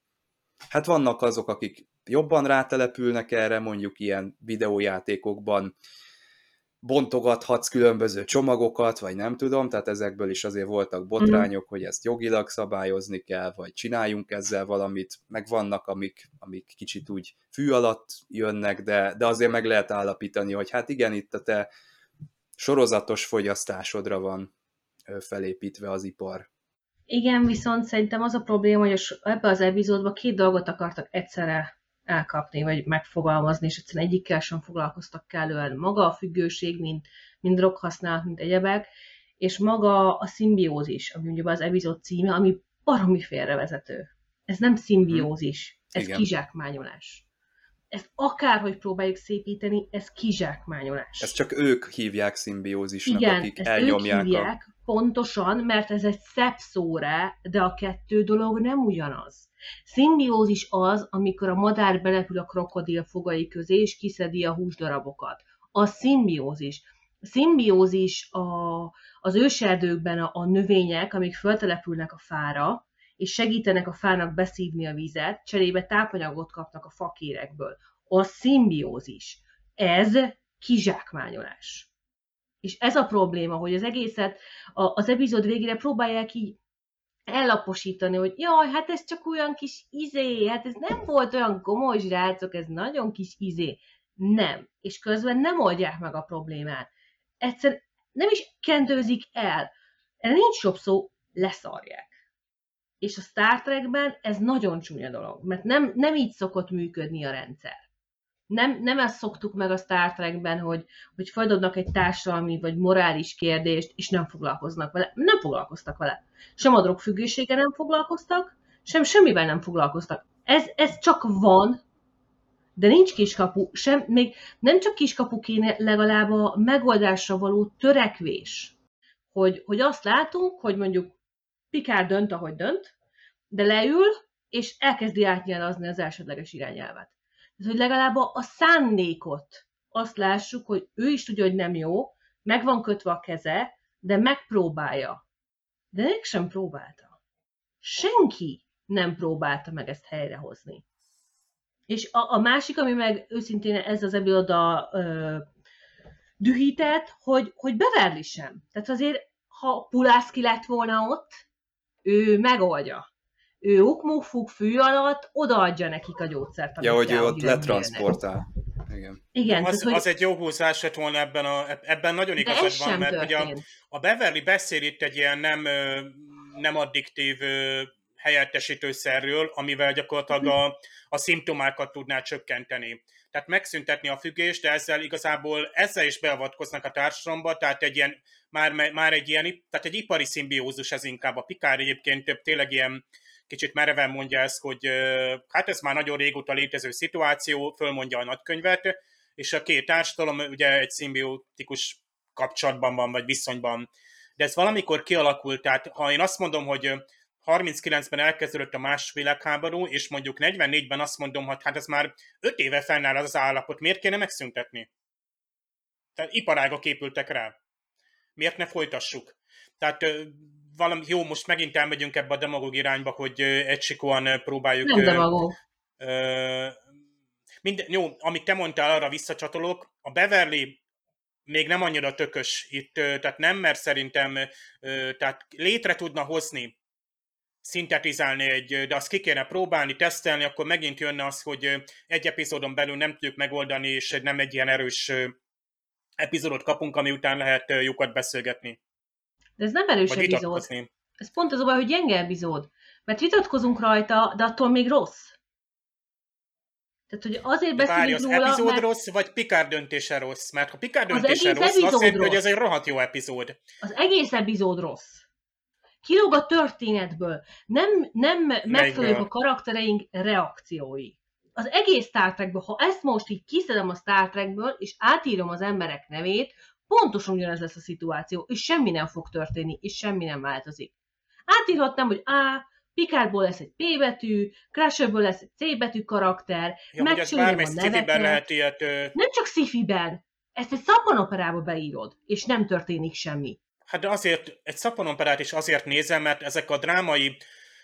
hát vannak azok, akik jobban rátelepülnek erre, mondjuk ilyen videójátékokban bontogathatsz különböző csomagokat, vagy nem tudom, tehát ezekből is azért voltak botrányok, mm. hogy ezt jogilag szabályozni kell, vagy csináljunk ezzel valamit, meg vannak, amik, amik kicsit úgy fű alatt jönnek, de, de azért meg lehet állapítani, hogy hát igen, itt a te sorozatos fogyasztásodra van felépítve az ipar. Igen, viszont szerintem az a probléma, hogy ebbe az epizódban két dolgot akartak egyszerre elkapni, vagy megfogalmazni, és egyszerűen egyikkel sem foglalkoztak kellően. Maga a függőség, mint, mint droghasználat, mint egyebek, és maga a szimbiózis, ami ugye az epizód címe, ami baromi félrevezető. Ez nem szimbiózis, ez igen. Kizsákmányolás. Ezt akárhogy próbáljuk szépíteni, ez kizsákmányolás. Ezt csak ők hívják szimbiózisnak, igen, akik ezt elnyomják. Ők hívják, a... pontosan, mert ez egy szebb szóra, de a kettő dolog nem ugyanaz. Szimbiózis az, amikor a madár belepül a krokodil fogai közé, és kiszedi a húsdarabokat. A szimbiózis. A szimbiózis a, az őserdőkben a, a növények, amik föltelepülnek a fára, és segítenek a fának beszívni a vizet, cserébe tápanyagot kapnak a fakérekből. A szimbiózis. Ez kizsákmányolás. És ez a probléma, hogy az egészet a, az epizód végére próbálják így ellaposítani, hogy jaj, hát ez csak olyan kis izé, hát ez nem volt olyan komoly, srácok, ez nagyon kis izé. Nem. És közben nem oldják meg a problémát. Egyszerűen nem is kendőzik el. Erre nincs jobb szó, leszarják. És a Star Trekben ez nagyon csúnya dolog, mert nem, nem így szokott működni a rendszer. Nem, nem ezt szoktuk meg a Star Trekben, hogy, hogy feldobnak egy társadalmi vagy morális kérdést, és nem foglalkoznak vele. Nem foglalkoztak vele. Sem a drogfüggőséggel nem foglalkoztak, sem semmivel nem foglalkoztak. Ez, ez csak van, de nincs kiskapu, sem, még nem csak kiskapu kéne, legalább a megoldásra való törekvés. Hogy, hogy azt látunk, hogy mondjuk Picard dönt, ahogy dönt, de leül, és elkezdi átnyelazni az elsődleges irányelvet. Tehát, hogy legalább a szándékot azt lássuk, hogy ő is tudja, hogy nem jó, meg van kötve a keze, de megpróbálja. De mégsem próbálta. Senki nem próbálta meg ezt helyrehozni. És a, a másik, ami meg őszintén ez az epizóda ö, dühített, hogy, hogy Beverly sem. Tehát azért, ha Pulaski lett volna ott, ő megoldja. Ő ukmuk-fuk fű alatt odaadja nekik a gyógyszert. Ja, hogy ő ott letransportál. Igen. Igen, az, tehát, hogy... az egy jó húzás lett volna ebben, a, ebben nagyon igazad van, mert ugye a, a Beverly beszél itt egy ilyen nem, nem addiktív helyettesítőszerről, amivel gyakorlatilag a, a szimptomákat tudná csökkenteni. Tehát megszüntetni a függést, de ezzel igazából ezzel is beavatkoznak a társadalomba, tehát egy ilyen, már, már egy ilyen, tehát egy ipari szimbiózus ez inkább. A Picard egyébként több tényleg ilyen kicsit mereven mondja ezt, hogy hát ez már nagyon régóta létező szituáció, fölmondja a nagykönyvet, és a két társadalom ugye egy szimbiotikus kapcsolatban van, vagy viszonyban. De ez valamikor kialakult, tehát ha én azt mondom, hogy harminckilencben elkezdődött a második világháború, és mondjuk negyvennégyben azt mondom, hogy hát ez már öt éve fennáll az, az állapot, miért kéne megszüntetni? Tehát iparágok épültek rá. Miért ne folytassuk? Tehát valami, jó, most megint elmegyünk ebbe a demagóg irányba, hogy egysikóan próbáljuk... Nem demagóg. Minden, jó, amit te mondtál, arra visszacsatolok. A Beverly még nem annyira tökös itt, tehát nem, mert szerintem tehát létre tudna hozni, szintetizálni egy, de azt ki kéne próbálni, tesztelni, akkor megint jönne az, hogy egy epizódon belül nem tudjuk megoldani, és nem egy ilyen erős epizódot kapunk, ami után lehet jókat beszélgetni. De ez nem erős vagy epizód. Vitatkozni. Ez pont az a baj, hogy gyenge epizód. Mert vitatkozunk rajta, de attól még rossz. Tehát, hogy azért de várj, beszélünk az róla, epizód mert... rossz, vagy Picard döntése rossz? Mert ha Picard Az döntése egész rossz, azt jelenti, rossz. hogy ez egy rohadt jó epizód. Az egész epizód rossz. Kilóg a történetből. Nem, nem megfelelők a karaktereink reakciói. Az egész Star Trekből, ha ezt most így kiszedem a Star Trekből, és átírom az emberek nevét, pontosan ugyanez lesz a szituáció, és semmi nem fog történni, és semmi nem változik. Átírhatnám, hogy A, Picardból lesz egy P betű, Crusherből lesz egy C betű karakter, ja, megcsörülöm a neveket. Lehet ilyet, ö... Nem csak sci-fiben, ezt egy szappanoperába beírod, és nem történik semmi. Hát de azért, egy szappanoperát is azért nézem, mert ezek a drámai,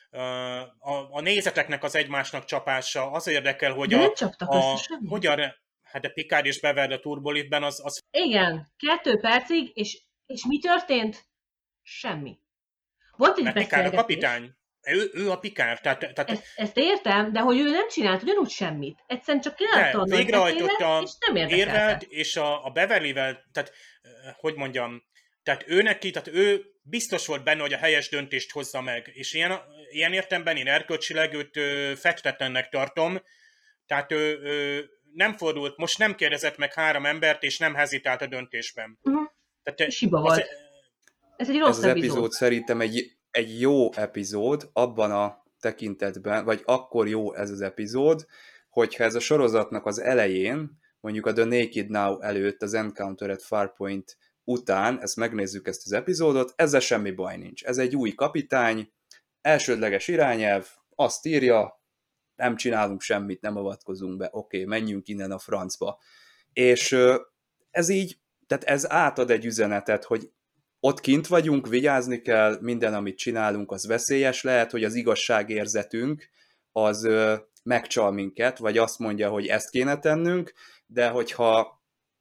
a, a nézeteknek az egymásnak csapása, az érdekel, hogy de a, a hogyan, hát a Picard és Beverly a Turbolitben az, az... Igen, kettő percig, és, és mi történt? Semmi. Volt egy mert beszélgetés. Picard a kapitány. Ő, ő a Picard. Tehát, tehát... Ezt, ezt értem, de hogy ő nem csinált ugyanúgy semmit. Egyszerűen csak kilátta a végrehajtotta és nem érdekelte. Érvelt, és a, a Beverlyvel, tehát hogy mondjam, tehát ő neki, tehát ő biztos volt benne, hogy a helyes döntést hozza meg. És ilyen, ilyen értelemben én erkölcsileg őt ö, fektetlennek tartom. Tehát ő, ő nem fordult, most nem kérdezett meg három embert, és nem hezitált a döntésben. Uh-huh. Tehát, Siba volt. Ez egy rossz ez az epizód. epizód szerintem egy, egy jó epizód abban a tekintetben, vagy akkor jó ez az epizód, hogyha ez a sorozatnak az elején, mondjuk a The Naked Now előtt, az Encounter at Farpoint után, ezt megnézzük ezt az epizódot, ezzel semmi baj nincs. Ez egy új kapitány, elsődleges irányelv, azt írja, nem csinálunk semmit, nem avatkozunk be, oké, okay, menjünk innen a francba. És ez így, tehát ez átad egy üzenetet, hogy ott kint vagyunk, vigyázni kell, minden, amit csinálunk, az veszélyes, lehet, hogy az igazságérzetünk az megcsal minket, vagy azt mondja, hogy ezt kéne tennünk, de hogyha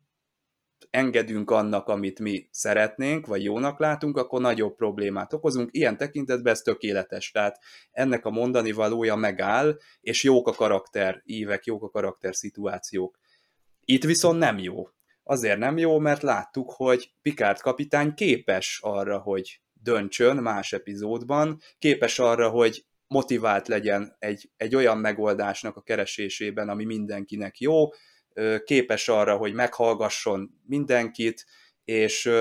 engedünk annak, amit mi szeretnénk, vagy jónak látunk, akkor nagyobb problémát okozunk. Ilyen tekintetben ez tökéletes. Tehát ennek a mondani valója megáll, és jók a karakter ívek, jók a karakter szituációk. Itt viszont nem jó. Azért nem jó, mert láttuk, hogy Picard kapitány képes arra, hogy döntsön más epizódban, képes arra, hogy motivált legyen egy, egy olyan megoldásnak a keresésében, ami mindenkinek jó, képes arra, hogy meghallgasson mindenkit, és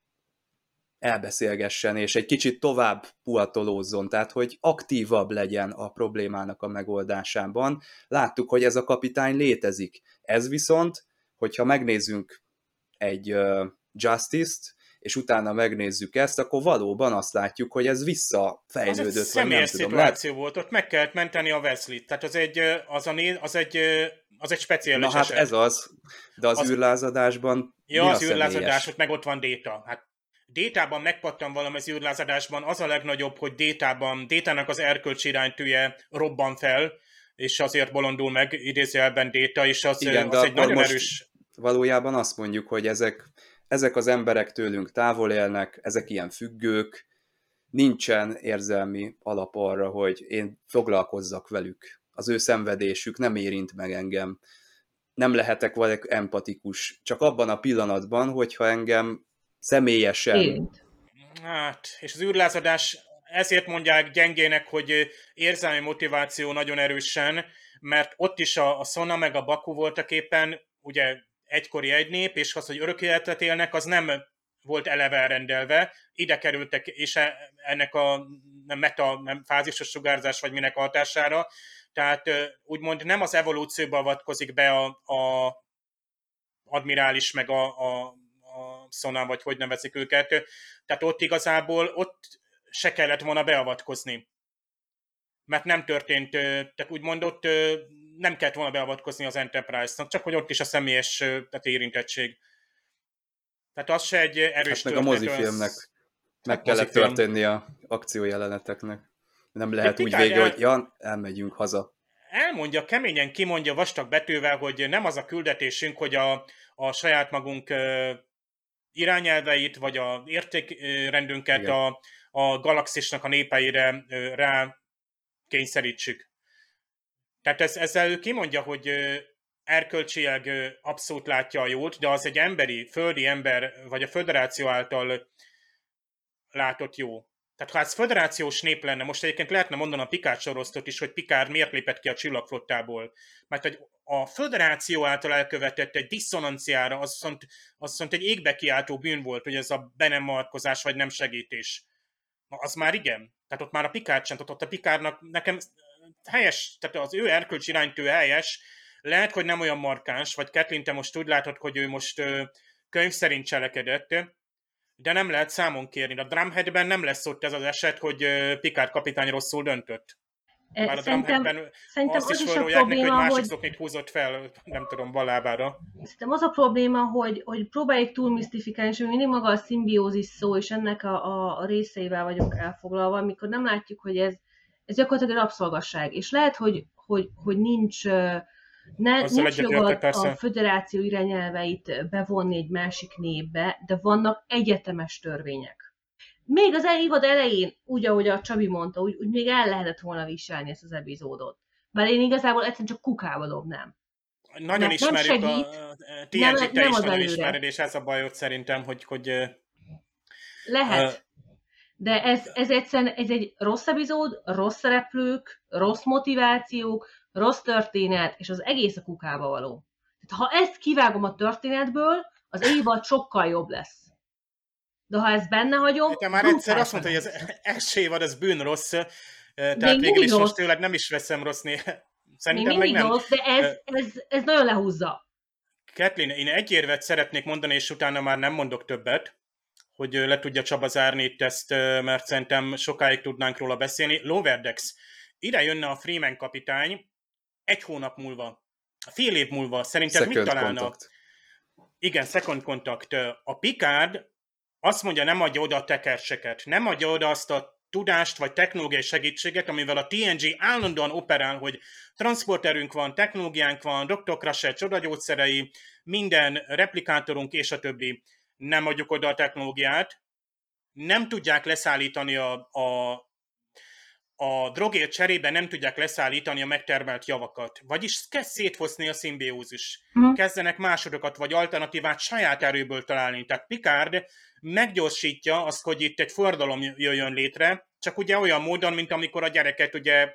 elbeszélgessen, és egy kicsit tovább puhatolózzon, tehát hogy aktívabb legyen a problémának a megoldásában. Láttuk, hogy ez a kapitány létezik. Ez viszont, hogyha megnézzünk egy Justice-t, és utána megnézzük ezt, akkor valóban azt látjuk, hogy ez visszafejlődött. Az egy személyes szituáció lehet... volt, ott meg kellett menteni a Wesley-t, tehát az egy, az, a né, az egy, az egy speciális Na hát eset. ez az, de az, az űrlázadásban ja, az űrlázadás, ott meg ott van Data. Hát Détában megpattan valami az űrlázadásban, az a legnagyobb, hogy Détában, Détának az erkölcsi iránytűje robban fel, és azért bolondul meg idézőjelben Data, és az, igen, az egy nagyon most erős... valójában azt mondjuk, hogy ezek, ezek az emberek tőlünk távol élnek, ezek ilyen függők, nincsen érzelmi alap arra, hogy én foglalkozzak velük. Az ő szenvedésük nem érint meg engem. Nem lehetek velük empatikus. Csak abban a pillanatban, hogyha engem személyesen... Érint. Hát, és az űrlázadás ezért mondják gyengének, hogy érzelmi motiváció nagyon erősen, mert ott is a, a Sona meg a Baku voltak éppen, ugye egykori egy nép, és az, hogy örök életet élnek, az nem volt eleve elrendelve, ide kerültek, és ennek a nem meta, nem fázisos sugárzás, vagy minek hatására, tehát úgymond nem az evolúcióba avatkozik be a, a admirális, meg a, a, a Sona, vagy hogy nevezik őket, tehát ott igazából ott se kellett volna beavatkozni. Mert nem történt, tehát úgymond ott nem kellett volna beavatkozni az Enterprise-nak, csak hogy ott is a személyes tehát érintettség. Tehát az se egy erős hát meg a mozifilmnek az... meg kellett történni a akciójeleneteknek. Nem lehet úgy vége, el... hogy ja, elmegyünk haza. Elmondja, keményen kimondja vastag betűvel, hogy nem az a küldetésünk, hogy a, a saját magunk irányelveit, vagy a értékrendünket a, a galaxisnak a népeire rá kényszerítsük. Tehát ez, ezzel ő kimondja, hogy erkölcsileg abszolút látja a jót, de az egy emberi, földi ember, vagy a föderáció által látott jó. Tehát ha ez föderációs nép lenne, most egyébként lehetne mondani a Picard sorosztot is, hogy Picard miért lépett ki a csillagflottából. Mert hogy a föderáció által elkövetett egy diszonanciára, az viszont, az viszont egy égbe kiáltó bűn volt, hogy ez a be nem markozás, vagy nem segítés. Na, az már igen. Tehát ott már a Picard sem, ott a Picardnak nekem helyes, tehát az ő erkölcsi iránytű helyes, lehet, hogy nem olyan markáns, vagy Kathleen, te most úgy látod, hogy ő most ö, könyv szerint cselekedett, de nem lehet számon kérni. A Drumheadben nem lesz ott ez az eset, hogy ö, Picard kapitány rosszul döntött. Bár a Drumheadben azt is fölrólják neki, hogy másik hogy... szoknit húzott fel, nem tudom, ballábára. Szerintem az a probléma, hogy, hogy próbáljuk túl misztifikálni, és mindig maga a szimbiózis szó, és ennek a, a, a részeivel vagyunk elfoglalva, amikor nem látjuk, hogy ez, ez gyakorlatilag rabszolgasság. És lehet, hogy, hogy, hogy nincs... Ne, nincs jogod a föderáció irányelveit bevonni egy másik népbe, de vannak egyetemes törvények. Még az évad elején, úgy, ahogy a Csabi mondta, úgy, úgy még el lehetett volna viselni ezt az epizódot. Bár én igazából egyszerűen csak kukába dobnám. Nagyon nem, ismerjük nem segít, a té en gé, te nem is nagyon ismered, és ez a bajod szerintem, hogy... hogy lehet. Uh, de ez, ez egyszerűen ez egy rossz epizód, rossz szereplők, rossz motivációk, rossz történet, és az egész a kukába való. Tehát, ha ezt kivágom a történetből, az évad sokkal jobb lesz. De ha ezt benne hagyom... Te már egyszer azt mondta, hogy az első évad az bűn rossz, tehát végül is most tőled nem is veszem rossz néha. Szerintem még meg nem. Rossz, de ez, ez, ez nagyon lehúzza. Kathleen, én egy érvet szeretnék mondani, és utána már nem mondok többet, hogy le tudja Csaba zárni itt ezt, mert szerintem sokáig tudnánk róla beszélni. Lower Decks. ide jönne a Freeman kapitány egy hónap múlva, fél év múlva, szerinted Second mit találna? contact. Igen, second contact. A Picard azt mondja, nem adja oda a tekerseket, nem adja oda azt a tudást vagy technológiai segítséget, amivel a té en gé állandóan operál, hogy transporterünk van, technológiánk van, doktor Crusher csodagyógyszerei, minden replikátorunk és a többi. Nem adjuk oda a technológiát, nem tudják leszállítani a, a, a drogért cserébe, nem tudják leszállítani a megtermelt javakat. Vagyis kezd szétfoszni a szimbiózis. Mhm. Kezdenek másodokat vagy alternatívát saját erőből találni. Tehát Picard meggyorsítja azt, hogy itt egy forradalom jöjjön létre, csak ugye olyan módon, mint amikor a gyereket ugye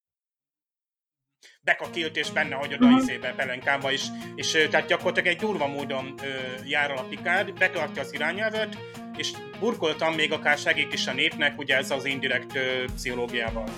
bekakilt és benne hagyod a izébe, pelenkába is, és ö, tehát gyakorlatilag egy durva módon ö, jár el a Picard, betartja az irányelvet, és burkoltam még akár segít is a népnek, ugye ez az indirekt ö, pszichológiával.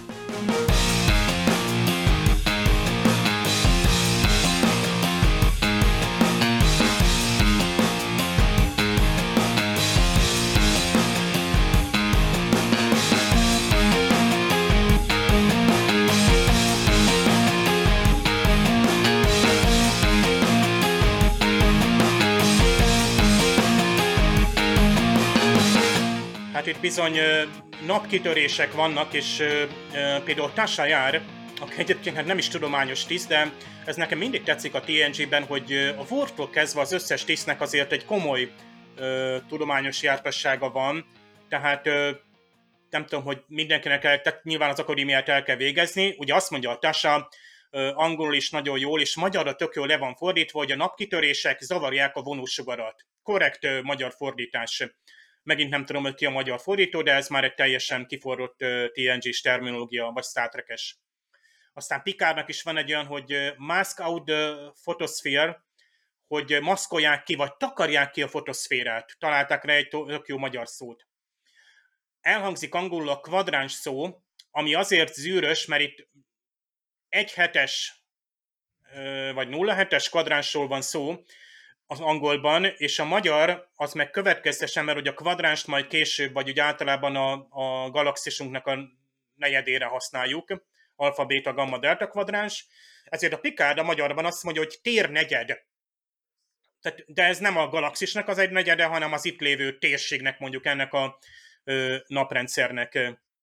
Hát itt bizony ö, napkitörések vannak, és ö, ö, például Tasha Yar, aki egyébként hát nem is tudományos tiszt, de ez nekem mindig tetszik a té en gében, hogy ö, a Worf-tól kezdve az összes tisztnek azért egy komoly ö, tudományos jártassága van, tehát ö, nem tudom, hogy mindenkinek el, tehát nyilván az akadémiát el kell végezni, ugye azt mondja a Tasha, ö, angolul is nagyon jól, és magyarra tök jól le van fordítva, hogy a napkitörések zavarják a vonósugarat. Korrekt ö, magyar fordítás. Megint nem tudom, hogy ki a magyar fordító, de ez már egy teljesen kiforrott uh, té en gés terminológia, vagy Star Trek-es. Aztán Picardnak is van egy olyan, hogy uh, mask out the photosphere, hogy uh, maszkolják ki, vagy takarják ki a fotoszférát. Találták rá egy tök jó magyar szót. Elhangzik angolul a kvadráns szó, ami azért zűrös, mert itt egy hetes, uh, vagy nulla hetes kvadránsról van szó, az angolban, és a magyar az meg következtesen, mert ugye a kvadránst majd később, vagy úgy általában a, a galaxisunknak a negyedére használjuk, alfa, beta, gamma, delta kvadráns, ezért a Picard a magyarban azt mondja, hogy térnegyed. Tehát, de ez nem a galaxisnak az egy negyede, hanem az itt lévő térségnek, mondjuk ennek a ö, naprendszernek.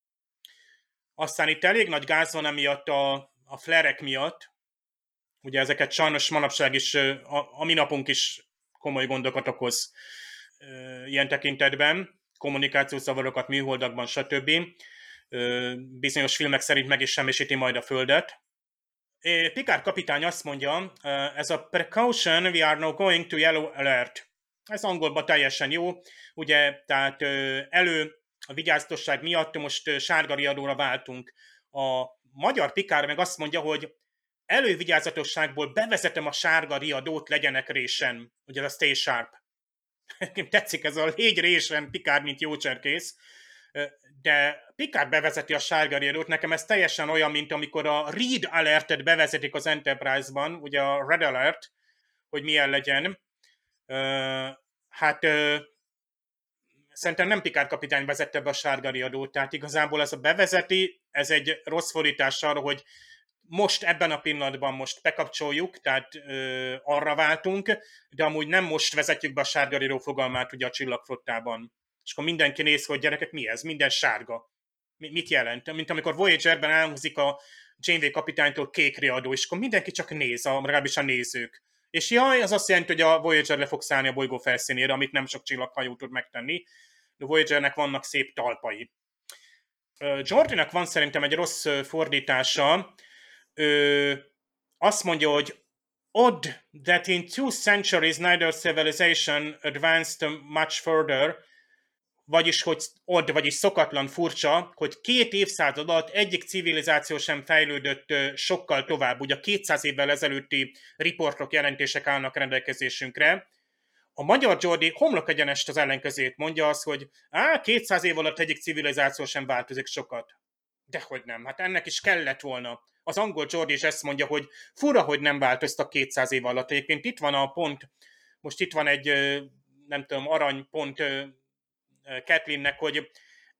Aztán itt elég nagy gáz van emiatt a, a flerek miatt. Ugye ezeket sajnos manapság is, a, a mi napunk is komoly gondokat okoz e, ilyen tekintetben, kommunikációzavarokat műholdakban, stb. E, bizonyos filmek szerint meg is semmisíti majd a Földet. E, Picard kapitány azt mondja, ez a precaution, we are now going to yellow alert. Ez angolban teljesen jó, ugye, tehát elő a vigyázatosság miatt most sárga riadóra váltunk. A magyar Picard meg azt mondja, hogy elővigyázatosságból bevezetem a sárga riadót, legyenek résen. Ugye ez a stay sharp. Tetszik ez a légy résen, Picard, mint jócserkész. De Picard bevezeti a sárga riadót, nekem ez teljesen olyan, mint amikor a read alertet bevezetik az Enterprise-ban, ugye a red alert, hogy milyen legyen. Hát szerintem nem Picard kapitány vezette be a sárga riadót, tehát igazából ez a bevezeti, ez egy rossz fordítás arra, hogy most ebben a pillanatban most bekapcsoljuk, tehát ö, arra váltunk, de amúgy nem most vezetjük be a sárga riadó fogalmát ugye a csillagflottában. És akkor mindenki néz, hogy gyerekek, mi ez? Minden sárga. Mi, mit jelent? Mint amikor Voyagerben elhangzik a Janeway kapitánytól kék riadó, és akkor mindenki csak néz, a, legalábbis a nézők. És jaj, az azt jelenti, hogy a Voyager le fog szállni a bolygó felszínére, amit nem sok csillaghajó tud megtenni. De Voyagernek vannak szép talpai. Jordinak van szerintem egy rossz fordítása. Ő azt mondja, hogy odd that in two centuries neither civilization advanced much further, vagyis hogy odd, vagyis szokatlan, furcsa, hogy két évszázad alatt egyik civilizáció sem fejlődött sokkal tovább. Ugye a kétszáz évvel ezelőtti riportok, jelentések állnak rendelkezésünkre. A magyar Jordi homlok egyenest az ellenkezőjét mondja, az, hogy á, kétszáz év alatt egyik civilizáció sem változik sokat. Dehogy nem, hát ennek is kellett volna. Az angol Jordi is ezt mondja, hogy fura, hogy nem változtak kétszáz év alatt. Egyébként itt van a pont, most itt van egy, nem tudom, aranypont Kathleennek, hogy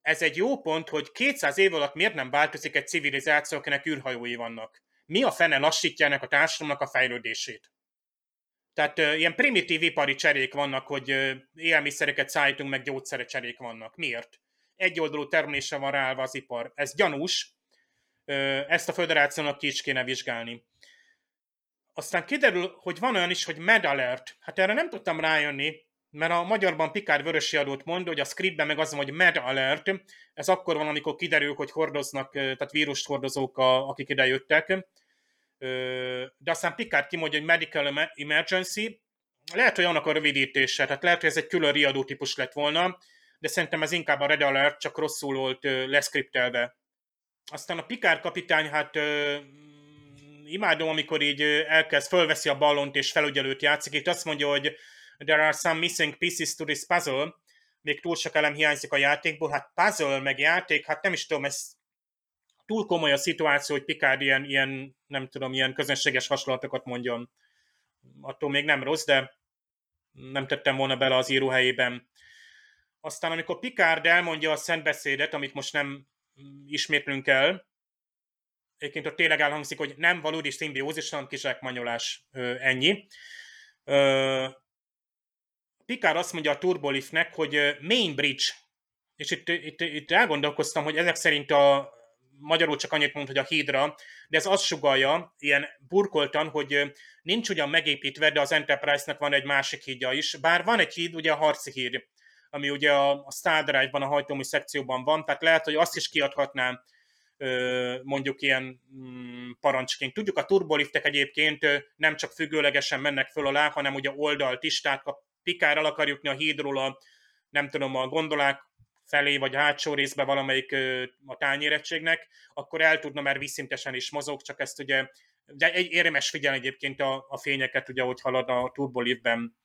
ez egy jó pont, hogy kétszáz év alatt miért nem változik egy civilizáció, akinek űrhajói vannak. Mi a fene lassítja ennek a társadalomnak a fejlődését? Tehát uh, ilyen primitív ipari cserék vannak, hogy uh, élelmiszereket szállítunk, meg gyógyszerek cserék vannak. Miért? Egyoldalú termelésre van ráállva az ipar. Ez gyanús, uh, ezt a föderációnak ki is kéne vizsgálni. Aztán kiderül, hogy van olyan is, hogy Med Alert. Hát erre nem tudtam rájönni, mert a magyarban Picard vörösi adót mond, hogy a scriptben meg az van, hogy Med Alert. Ez akkor van, amikor kiderül, hogy hordoznak, tehát vírust hordozók, a, akik ide jöttek. De aztán Picard kimondja, hogy Medical Emergency. Lehet, hogy annak a rövidítése, tehát lehet, hogy ez egy külön riadó típus lett volna, de szerintem ez inkább a Red Alert, csak rosszul volt leszkriptelve. Aztán a Picard kapitány, hát imádom, amikor így elkezd, fölveszi a ballont és felügyelőt játszik. Itt azt mondja, hogy there are some missing pieces to this puzzle. Még túl sok elem hiányzik a játékból. Hát puzzle meg játék, hát nem is tudom, ez túl komoly a szituáció, hogy Picard ilyen, ilyen nem tudom, ilyen közönséges hasonlatokat mondjon. Attól még nem rossz, de nem tettem volna bele az író helyében. Aztán amikor Picard elmondja a szentbeszédet, amit most nem ismétlünk el, egyébként ott tényleg elhangzik, hogy nem valódi szimbiózis, hanem kizsákmányolás, ennyi. Picard azt mondja a Turboliftnek, hogy main bridge, és itt, itt, itt elgondolkoztam, hogy ezek szerint a magyarul csak annyit mond, hogy a hídra, de ez azt sugallja, ilyen burkoltan, hogy nincs ugyan megépítve, de az Enterprise-nak van egy másik hídja is, bár van egy híd, ugye a harci híd, ami ugye a Star Drive-ban, a hajtómű szekcióban van, tehát lehet, hogy azt is kiadhatnám mondjuk ilyen parancsként. Tudjuk, a turboliftek egyébként nem csak függőlegesen mennek föl alá, hanem ugye oldalt is, tehát a Picard el akar jutni a hídról a, nem tudom, a gondolák felé, vagy a hátsó részbe valamelyik a tányéregységnek, akkor el tudna, mert vízszintesen is mozog, csak ezt ugye, de egy érdemes figyelni egyébként a, a fényeket, ugye, hogy halad a turboliftben.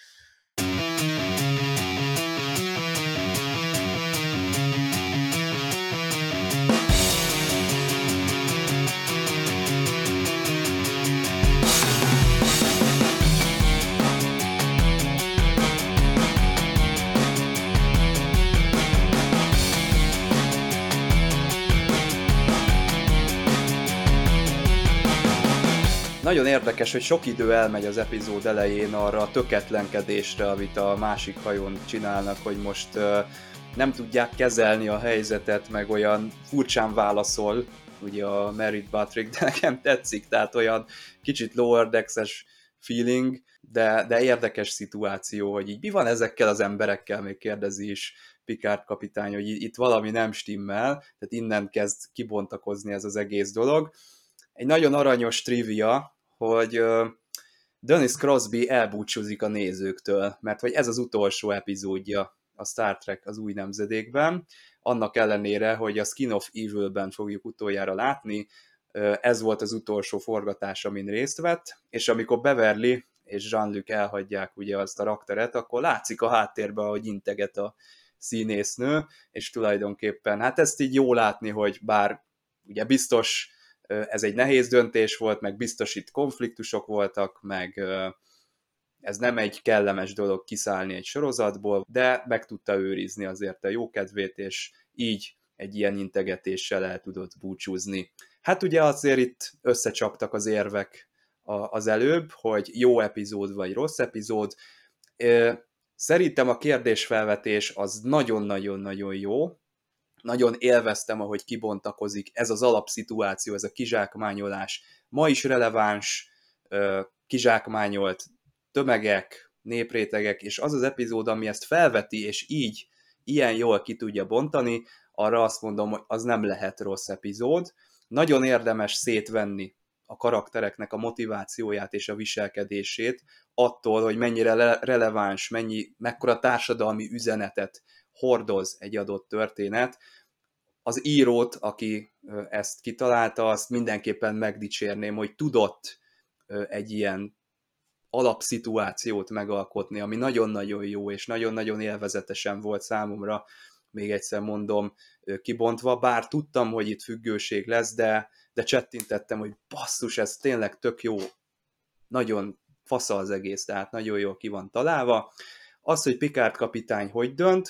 Nagyon érdekes, hogy sok idő elmegy az epizód elején arra a töketlenkedésre, amit a másik hajón csinálnak, hogy most uh, nem tudják kezelni a helyzetet, meg olyan furcsán válaszol, ugye a Merritt Patrick, de nekem tetszik, tehát olyan kicsit lower decks-es feeling, de, de érdekes szituáció, hogy így mi van ezekkel az emberekkel, még kérdezi is Picard kapitány, hogy itt valami nem stimmel, tehát innen kezd kibontakozni ez az egész dolog. Egy nagyon aranyos trivia, hogy uh, Dennis Crosby elbúcsúzik a nézőktől, mert hogy ez az utolsó epizódja a Star Trek az új nemzedékben, annak ellenére, hogy a Skin of Evil-ben fogjuk utoljára látni, uh, ez volt az utolsó forgatás, amin részt vett, és amikor Beverly és Jean-Luc elhagyják ugye azt a rakteret, akkor látszik a háttérben, hogy integet a színésznő, és tulajdonképpen, hát ezt így jó látni, hogy bár ugye biztos ez egy nehéz döntés volt, meg biztos itt konfliktusok voltak, meg ez nem egy kellemes dolog kiszállni egy sorozatból, de meg tudta őrizni azért a jókedvét, és így egy ilyen integetéssel el tudott búcsúzni. Hát ugye azért itt összecsaptak az érvek az előbb, hogy jó epizód vagy rossz epizód. Szerintem a kérdésfelvetés az nagyon-nagyon-nagyon jó, nagyon élveztem, ahogy kibontakozik ez az alapszituáció, ez a kizsákmányolás. Ma is releváns, kizsákmányolt tömegek, néprétegek, és az az epizód, ami ezt felveti, és így ilyen jól ki tudja bontani, arra azt mondom, hogy az nem lehet rossz epizód. Nagyon érdemes szétvenni a karaktereknek a motivációját és a viselkedését attól, hogy mennyire le- releváns, mennyi, mekkora társadalmi üzenetet hordoz egy adott történet. Az írót, aki ezt kitalálta, azt mindenképpen megdicsérném, hogy tudott egy ilyen alapszituációt megalkotni, ami nagyon-nagyon jó, és nagyon-nagyon élvezetesen volt számomra, még egyszer mondom, kibontva, bár tudtam, hogy itt függőség lesz, de, de csettintettem, hogy basszus, ez tényleg tök jó, nagyon fasza az egész, tehát nagyon jól ki van találva. Az, hogy Picard kapitány hogy dönt,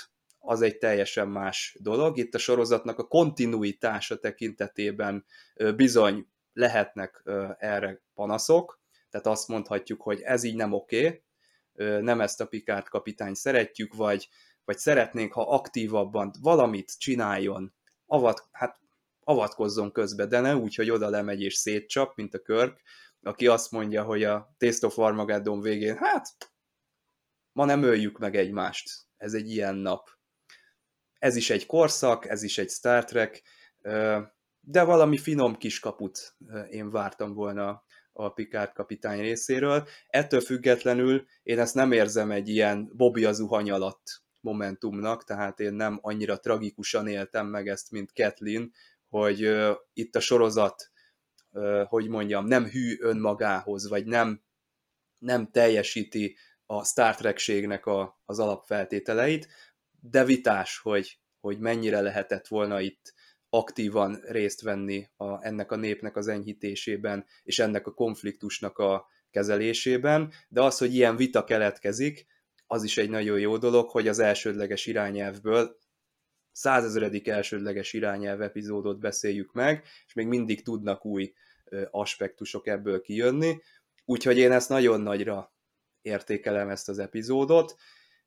az egy teljesen más dolog. Itt a sorozatnak a kontinuitása tekintetében bizony lehetnek erre panaszok, tehát azt mondhatjuk, hogy ez így nem oké, nem ezt a Picard kapitányt szeretjük, vagy, vagy szeretnénk, ha aktívabban valamit csináljon, avat, hát avatkozzon közbe, de ne úgy, hogy oda lemegy és szétcsap, mint a Kirk, aki azt mondja, hogy a Taste of Armageddon végén, hát ma nem öljük meg egymást, ez egy ilyen nap. Ez is egy korszak, ez is egy Star Trek, de valami finom kiskaput én vártam volna a Picard kapitány részéről. Ettől függetlenül én ezt nem érzem egy ilyen Bobby a zuhany alatt momentumnak, tehát én nem annyira tragikusan éltem meg ezt, mint Kathleen, hogy uh, itt a sorozat, uh, hogy mondjam, nem hű önmagához, vagy nem, nem teljesíti a Star Trek-ségnek a, az alapfeltételeit, de vitás, hogy, hogy mennyire lehetett volna itt aktívan részt venni a, ennek a népnek az enyhítésében, és ennek a konfliktusnak a kezelésében, de az, hogy ilyen vita keletkezik, az is egy nagyon jó dolog, hogy az elsődleges irányelvből százezredik elsődleges irányelv epizódot beszéljük meg, és még mindig tudnak új aspektusok ebből kijönni, úgyhogy én ezt nagyon nagyra értékelem, ezt az epizódot,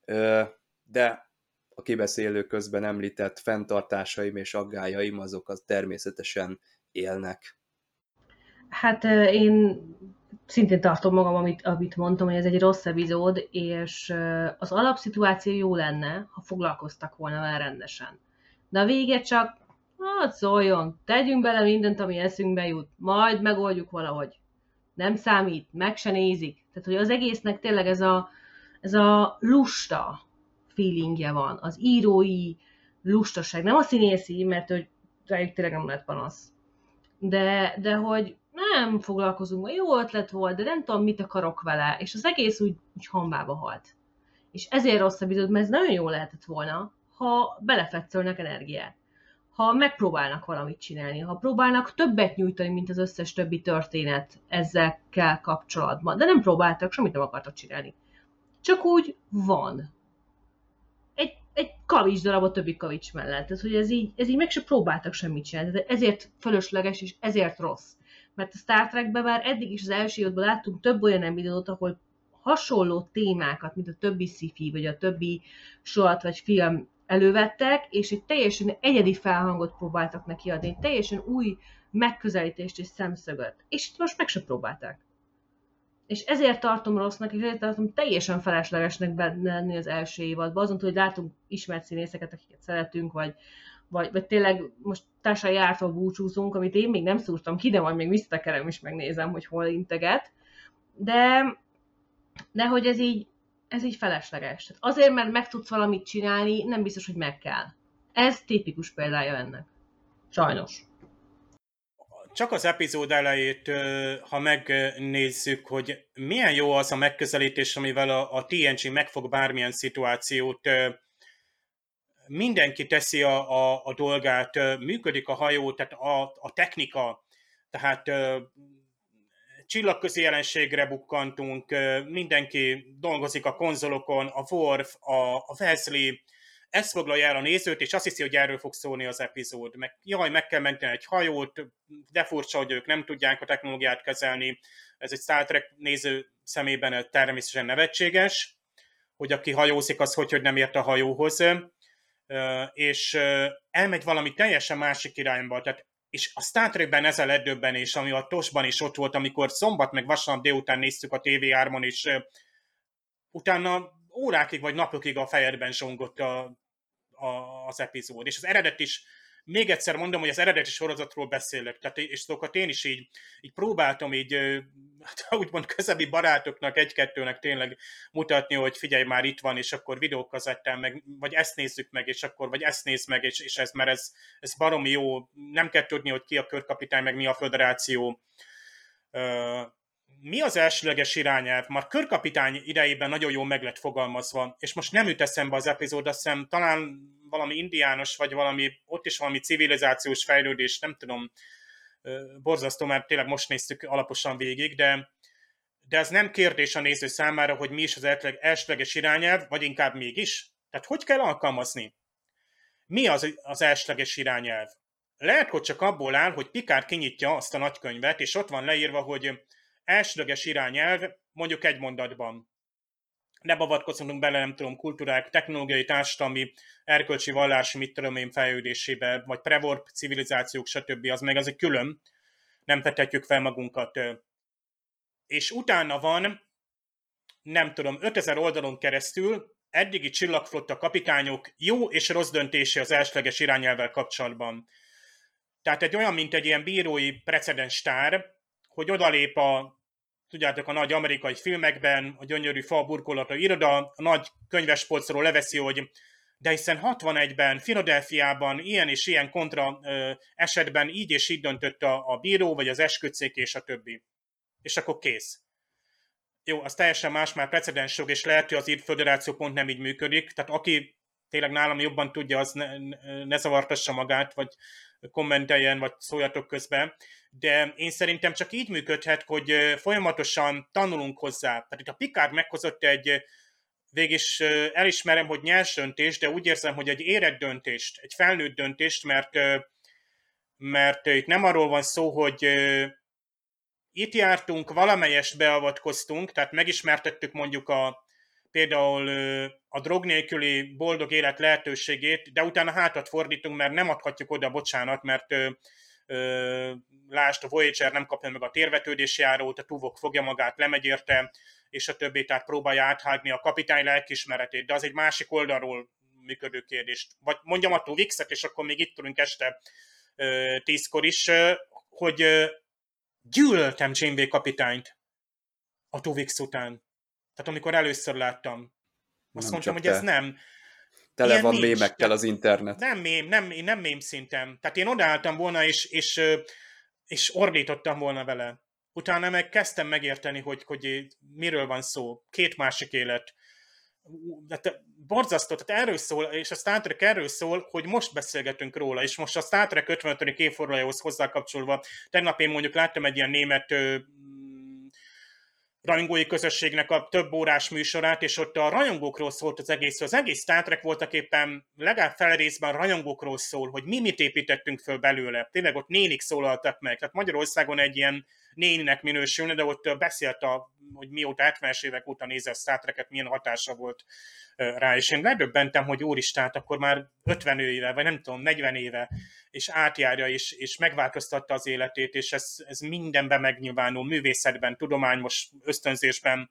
de a kibeszélő közben említett fenntartásaim és aggájaim, azok az természetesen élnek. Hát én szintén tartom magam, amit, amit mondtam, hogy ez egy rossz epizód, és az alapszituáció jó lenne, ha foglalkoztak volna vele rendesen. De a vége csak, hát szóljon, tegyünk bele mindent, ami eszünkbe jut, majd megoldjuk valahogy. Nem számít, meg se nézik. Tehát, hogy az egésznek tényleg ez a, ez a lusta feelingje van, az írói lustaság, nem a színészi, mert hogy rájuk tényleg nem lett panasz. De, de hogy nem foglalkozunk, jó ötlet volt, de nem tudom, mit akarok vele, és az egész úgy, úgy hambába halt. És ezért rossz epizód, mert ez nagyon jó lehetett volna, ha belefetszölnek energiát. Ha megpróbálnak valamit csinálni, ha próbálnak többet nyújtani, mint az összes többi történet ezekkel kapcsolatban. De nem próbáltak, semmit nem akartak csinálni. Csak úgy van. Egy, egy kavics darab a többi kavics mellett. Tehát, hogy ez így, ez így meg se próbáltak semmit csinálni. Tehát ezért fölösleges, és ezért rossz. Mert a Star Trekben már eddig is az első évadban láttunk több olyan epizódot, ahol hasonló témákat, mint a többi sci-fi, vagy a többi sorozat vagy film elővettek, és egy teljesen egyedi felhangot próbáltak neki adni, egy teljesen új megközelítést és szemszögöt. És itt most meg se próbálták. És ezért tartom rossznak, és ezért tartom teljesen feleslegesnek benni az első évadban, azon túl, hogy látunk ismert színészeket, akiket szeretünk, vagy, vagy, vagy tényleg most Tasha Yartól búcsúzunk, amit én még nem szúrtam ki, de majd még visszakerem is megnézem, hogy hol integet. De, de hogy ez így, ez így felesleges. Tehát azért, mert meg tudsz valamit csinálni, nem biztos, hogy meg kell. Ez tipikus példája ennek. Sajnos. Csak az epizód elejét, ha megnézzük, hogy milyen jó az a megközelítés, amivel a, a té en gé megfog bármilyen szituációt, mindenki teszi a, a, a dolgát, működik a hajó, tehát a, a technika, tehát csillagközi jelenségre bukkantunk, mindenki dolgozik a konzolokon, a Worf, a, a Wesley, ez foglalja el a nézőt, és azt hiszi, hogy erről fog szólni az epizód. Meg, jaj, meg kell menteni egy hajót, de furcsa, hogy ők nem tudják a technológiát kezelni. Ez egy Star Trek néző szemében természetesen nevetséges, hogy aki hajózik, az hogy, hogy nem ért a hajóhoz. És elmegy valami teljesen másik irányba. Tehát, és a Star Trekben ez a ledöbbenés, ami a Tosban is ott volt, amikor szombat meg vasárnap délután néztük a té vé hármon, és utána órákig vagy napokig a fejedben zsongott a, a, az epizód. És az eredet is, még egyszer mondom, hogy az eredeti sorozatról beszélek, tehát, és azokat én is így, így próbáltam így, hát úgymond közeli barátoknak, egy-kettőnek tényleg mutatni, hogy figyelj, már itt van, és akkor videókazettán, meg, vagy ezt nézzük meg, és akkor, vagy ezt nézd meg, és, és ez, mert ez, ez baromi jó, nem kell tudni, hogy ki a körkapitány, meg mi a föderáció. Mi az elsőleges irányelv? Már körkapitány idejében nagyon jól meg lett fogalmazva, és most nem jut eszembe az epizód, azt hiszem talán valami indiános, vagy valami, ott is valami civilizációs fejlődés, nem tudom, borzasztó, mert tényleg most néztük alaposan végig, de, de ez nem kérdés a néző számára, hogy mi is az elsőleges irányelv, vagy inkább mégis? Tehát hogy kell alkalmazni? Mi az az elsőleges irányelv? Lehet, hogy csak abból áll, hogy Picard kinyitja azt a nagykönyvet, és ott van leírva, hogy elsőleges irányelv, mondjuk egy mondatban. Ne avatkozunk bele, nem tudom, kultúrák, technológiai, társadalmi, erkölcsi, vallási, mit tudom én, fejlődésébe, vagy prewarp civilizációk, stb. Az meg az egy külön, nem vetetjük fel magunkat. És utána van, nem tudom, ötezer oldalon keresztül eddigi csillagflotta kapitányok jó és rossz döntése az elsőleges irányelvvel kapcsolatban. Tehát egy olyan, mint egy ilyen bírói precedens-tár, hogy odalép a, tudjátok, a nagy amerikai filmekben, a gyönyörű fa burkolata iroda, a nagy könyvespolcról leveszi, hogy de hiszen hatvanegyben, Philadelphiában ilyen és ilyen kontra ö, esetben így és így döntött a, a bíró, vagy az esküdtszék és a többi. És akkor kész. Jó, az teljesen más, már precedensjog, és lehet, hogy az írt föderáció pont nem így működik, tehát aki tényleg nálam jobban tudja, az ne, ne zavartassa magát, vagy kommenteljen, vagy szóljatok közben, de én szerintem csak így működhet, hogy folyamatosan tanulunk hozzá. Tehát itt a Picard meghozott egy, végig elismerem, hogy nyers döntés, de úgy érzem, hogy egy érett döntést, egy felnőtt döntést, mert, mert itt nem arról van szó, hogy itt jártunk, valamelyest beavatkoztunk, tehát megismertettük mondjuk a, például a drog nélküli boldog élet lehetőségét, de utána hátat fordítunk, mert nem adhatjuk oda, bocsánat, mert ö, ö, lásd, a Voyager nem kapja meg a térvetődési járót, a Tuvok fogja magát, lemegy érte, és a többi, tehát próbálja áthágni a kapitány lelkiismeretét, de az egy másik oldalról működő kérdés. Vagy mondjam a Tuvixet, és akkor még itt tudunk este ö, tízkor is, ö, hogy ö, gyűlöltem Janeway kapitányt a Tuvix után. Tehát amikor először láttam, azt Nem mondtam, hogy te. ez nem. Tele Ilyen van nincs. mémekkel az internet. Nem mém, nem, nem mém szintem. Tehát én odaálltam volna, és, és, és ordítottam volna vele. Utána meg kezdtem megérteni, hogy, hogy miről van szó. Két másik élet. De borzasztó, tehát erről szól, és a Star Trek erről szól, hogy most beszélgetünk róla, és most a Star Trek ötvenötödik évfordulójához hozzákapcsolva, tegnap én mondjuk láttam egy ilyen német rajongói közösségnek a több órás műsorát, és ott a rajongókról szólt az egész. Az egész Star Trek voltak éppen legalább fel részben rajongókról szól, hogy mi mit építettünk föl belőle. Tényleg ott nénik szólaltak meg. Tehát Magyarországon egy ilyen néninek minősülne, de ott beszélt, a, hogy mióta hetvenes évek óta nézze a Star Trek-et, milyen hatása volt rá. És én ledöbbentem, hogy úristen, akkor már ötven éve, vagy nem tudom, negyven éve, és átjárja, és, és megváltoztatta az életét, és ez, ez mindenben megnyilvánul, művészetben, tudományos ösztönzésben,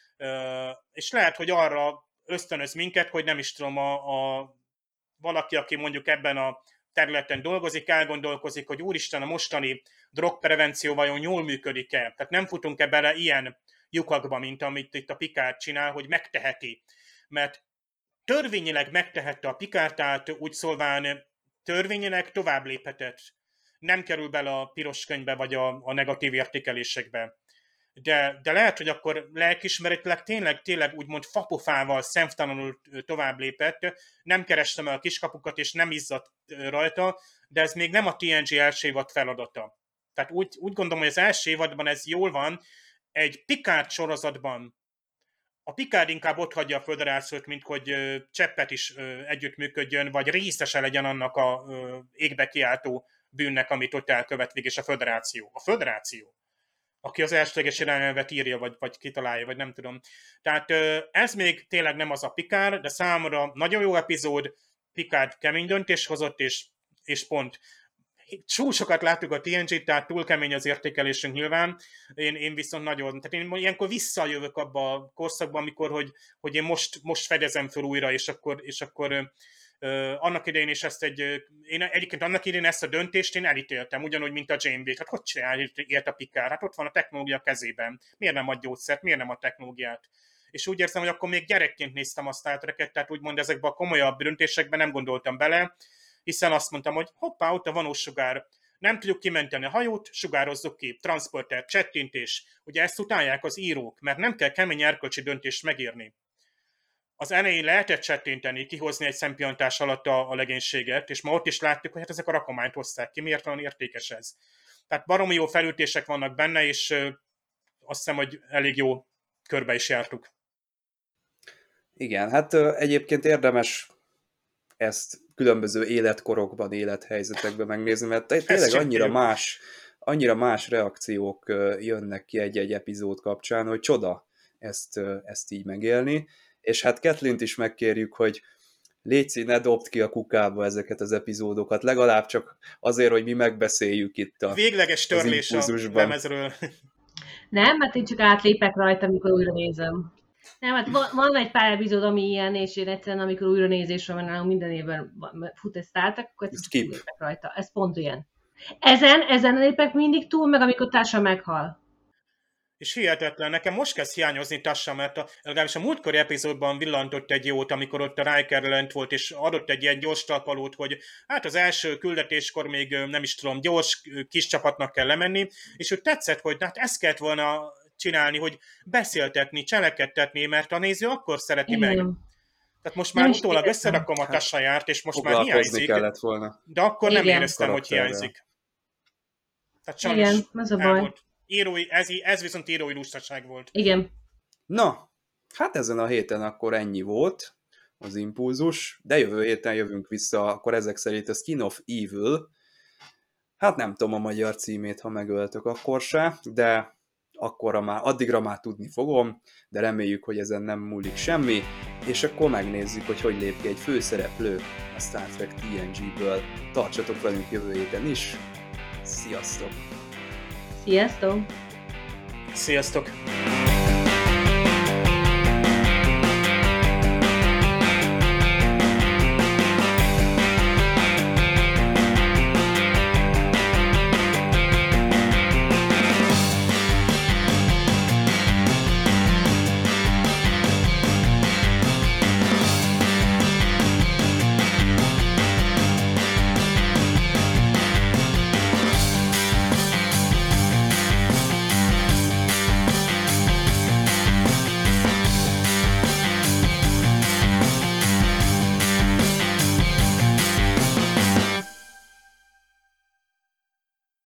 és lehet, hogy arra ösztönöz minket, hogy nem is tudom, a, a valaki, aki mondjuk ebben a területen dolgozik, elgondolkozik, hogy úristen, a mostani drogprevenció vajon jól működik-e? Tehát nem futunk-e bele ilyen lyukakba, mint amit itt a Picard csinál, hogy megteheti. Mert törvényileg megtehette a Picard, tehát úgy szólván törvényileg tovább léphetett. Nem kerül bele a piros könyvbe, vagy a, a negatív értékelésekbe. De, de lehet, hogy akkor lelkismeretileg tényleg, tényleg úgymond fapofával szemtalanul tovább lépett, nem kerestem el a kiskapukat, és nem izzadt rajta, de ez még nem a té en gé első évad feladata. Tehát úgy, úgy gondolom, hogy az első évadban ez jól van, egy Picard sorozatban a Picard inkább ott hagyja a föderációt, mint hogy cseppet is együttműködjön, vagy részese legyen annak a égbe kiáltó bűnnek, amit ott elkövet végig, és a föderáció. A föderáció, aki az elsőleges irányelvet írja, vagy, vagy kitalálja, vagy nem tudom. Tehát ez még tényleg nem az a Picard, de számomra nagyon jó epizód, Picard kemény döntés hozott, és, és pont. Túl sokat láttuk a té en gét, tehát túl kemény az értékelésünk nyilván. Én, én viszont nagyon, tehát én ilyenkor visszajövök abba a korszakba, amikor, hogy, hogy én most, most fedezem fel újra, és akkor, és akkor uh, annak idején is ezt egy, én egyébként annak idején ezt a döntést én elítéltem, ugyanúgy, mint a Janeway. Hát hogy csinál ilyet a Picard? Hát ott van a technológia kezében. Miért nem ad gyógyszert? Miért nem a technológiát? És úgy érzem, hogy akkor még gyerekként néztem a Star Trek-et, tehát úgymond ezekben a komolyabb döntésekben nem gondoltam bele, hiszen azt mondtam, hogy hoppá, ott a vanósugár, nem tudjuk kimenteni a hajót, sugározzuk ki, transporter, csettintés. Ugye ezt utálják az írók, mert nem kell kemény erkölcsi döntést megírni. Az elején lehetett csettinteni, kihozni egy szempillantás alatt a, a legénységet, és ma ott is láttuk, hogy hát ezek a rakományt hozták ki, miért olyan értékes ez. Tehát baromi jó felütések vannak benne, és ö, azt hiszem, hogy elég jó körbe is jártuk. Igen, hát ö, egyébként érdemes ezt különböző életkorokban, élethelyzetekben megnézni, mert tényleg annyira más, annyira más reakciók jönnek ki egy-egy epizód kapcsán, hogy csoda ezt, ezt így megélni. És hát Kathleen-t is megkérjük, hogy légy, ne dobd ki a kukába ezeket az epizódokat, legalább csak azért, hogy mi megbeszéljük itt a végleges törlés a lemezről. Nem, mert én csak átlépek rajta, amikor újra nézem. Nem, hát van, van egy pár epizód, ami ilyen, és én egyszerűen, amikor újra nézésre mennem, minden évben fut ezt álltak, akkor egyszerűen lépek rajta. Ez pont ilyen. Ezen, ezen lépek mindig túl, meg amikor Tasha meghal. És hihetetlen, nekem most kezd hiányozni Tasha, mert a, legalábbis a múltkori epizódban villantott egy jót, amikor ott a Riker lent volt, és adott egy ilyen gyors talpalót, hogy hát az első küldetéskor még nem is tudom, gyors kis csapatnak kell lemenni, és úgy tetszett, hogy hát ezt kellett volna csinálni, hogy beszéltetni, cselekedtetni, mert a néző akkor szereti meg. Tehát most már utólag összerakom a Tasha-ját, és most már hiányzik. Kellett volna. De akkor igen. Nem éreztem, hogy hiányzik. Tehát sajnos igen, ez a baj. Volt. Írói, ez, ez viszont írói lustaság volt. Igen. Na, hát ezen a héten akkor ennyi volt az impulzus, de jövő héten jövünk vissza, akkor ezek szerint a Skin of Evil. Hát nem tudom a magyar címét, ha megöltök, akkor se, de akkorra már, addigra már tudni fogom, de reméljük, hogy ezen nem múlik semmi, és akkor megnézzük, hogy hogy lép ki egy főszereplő a Star Trek té en gé-ből. Tartsatok velünk jövő héten is. Sziasztok! Sziasztok! Sziasztok!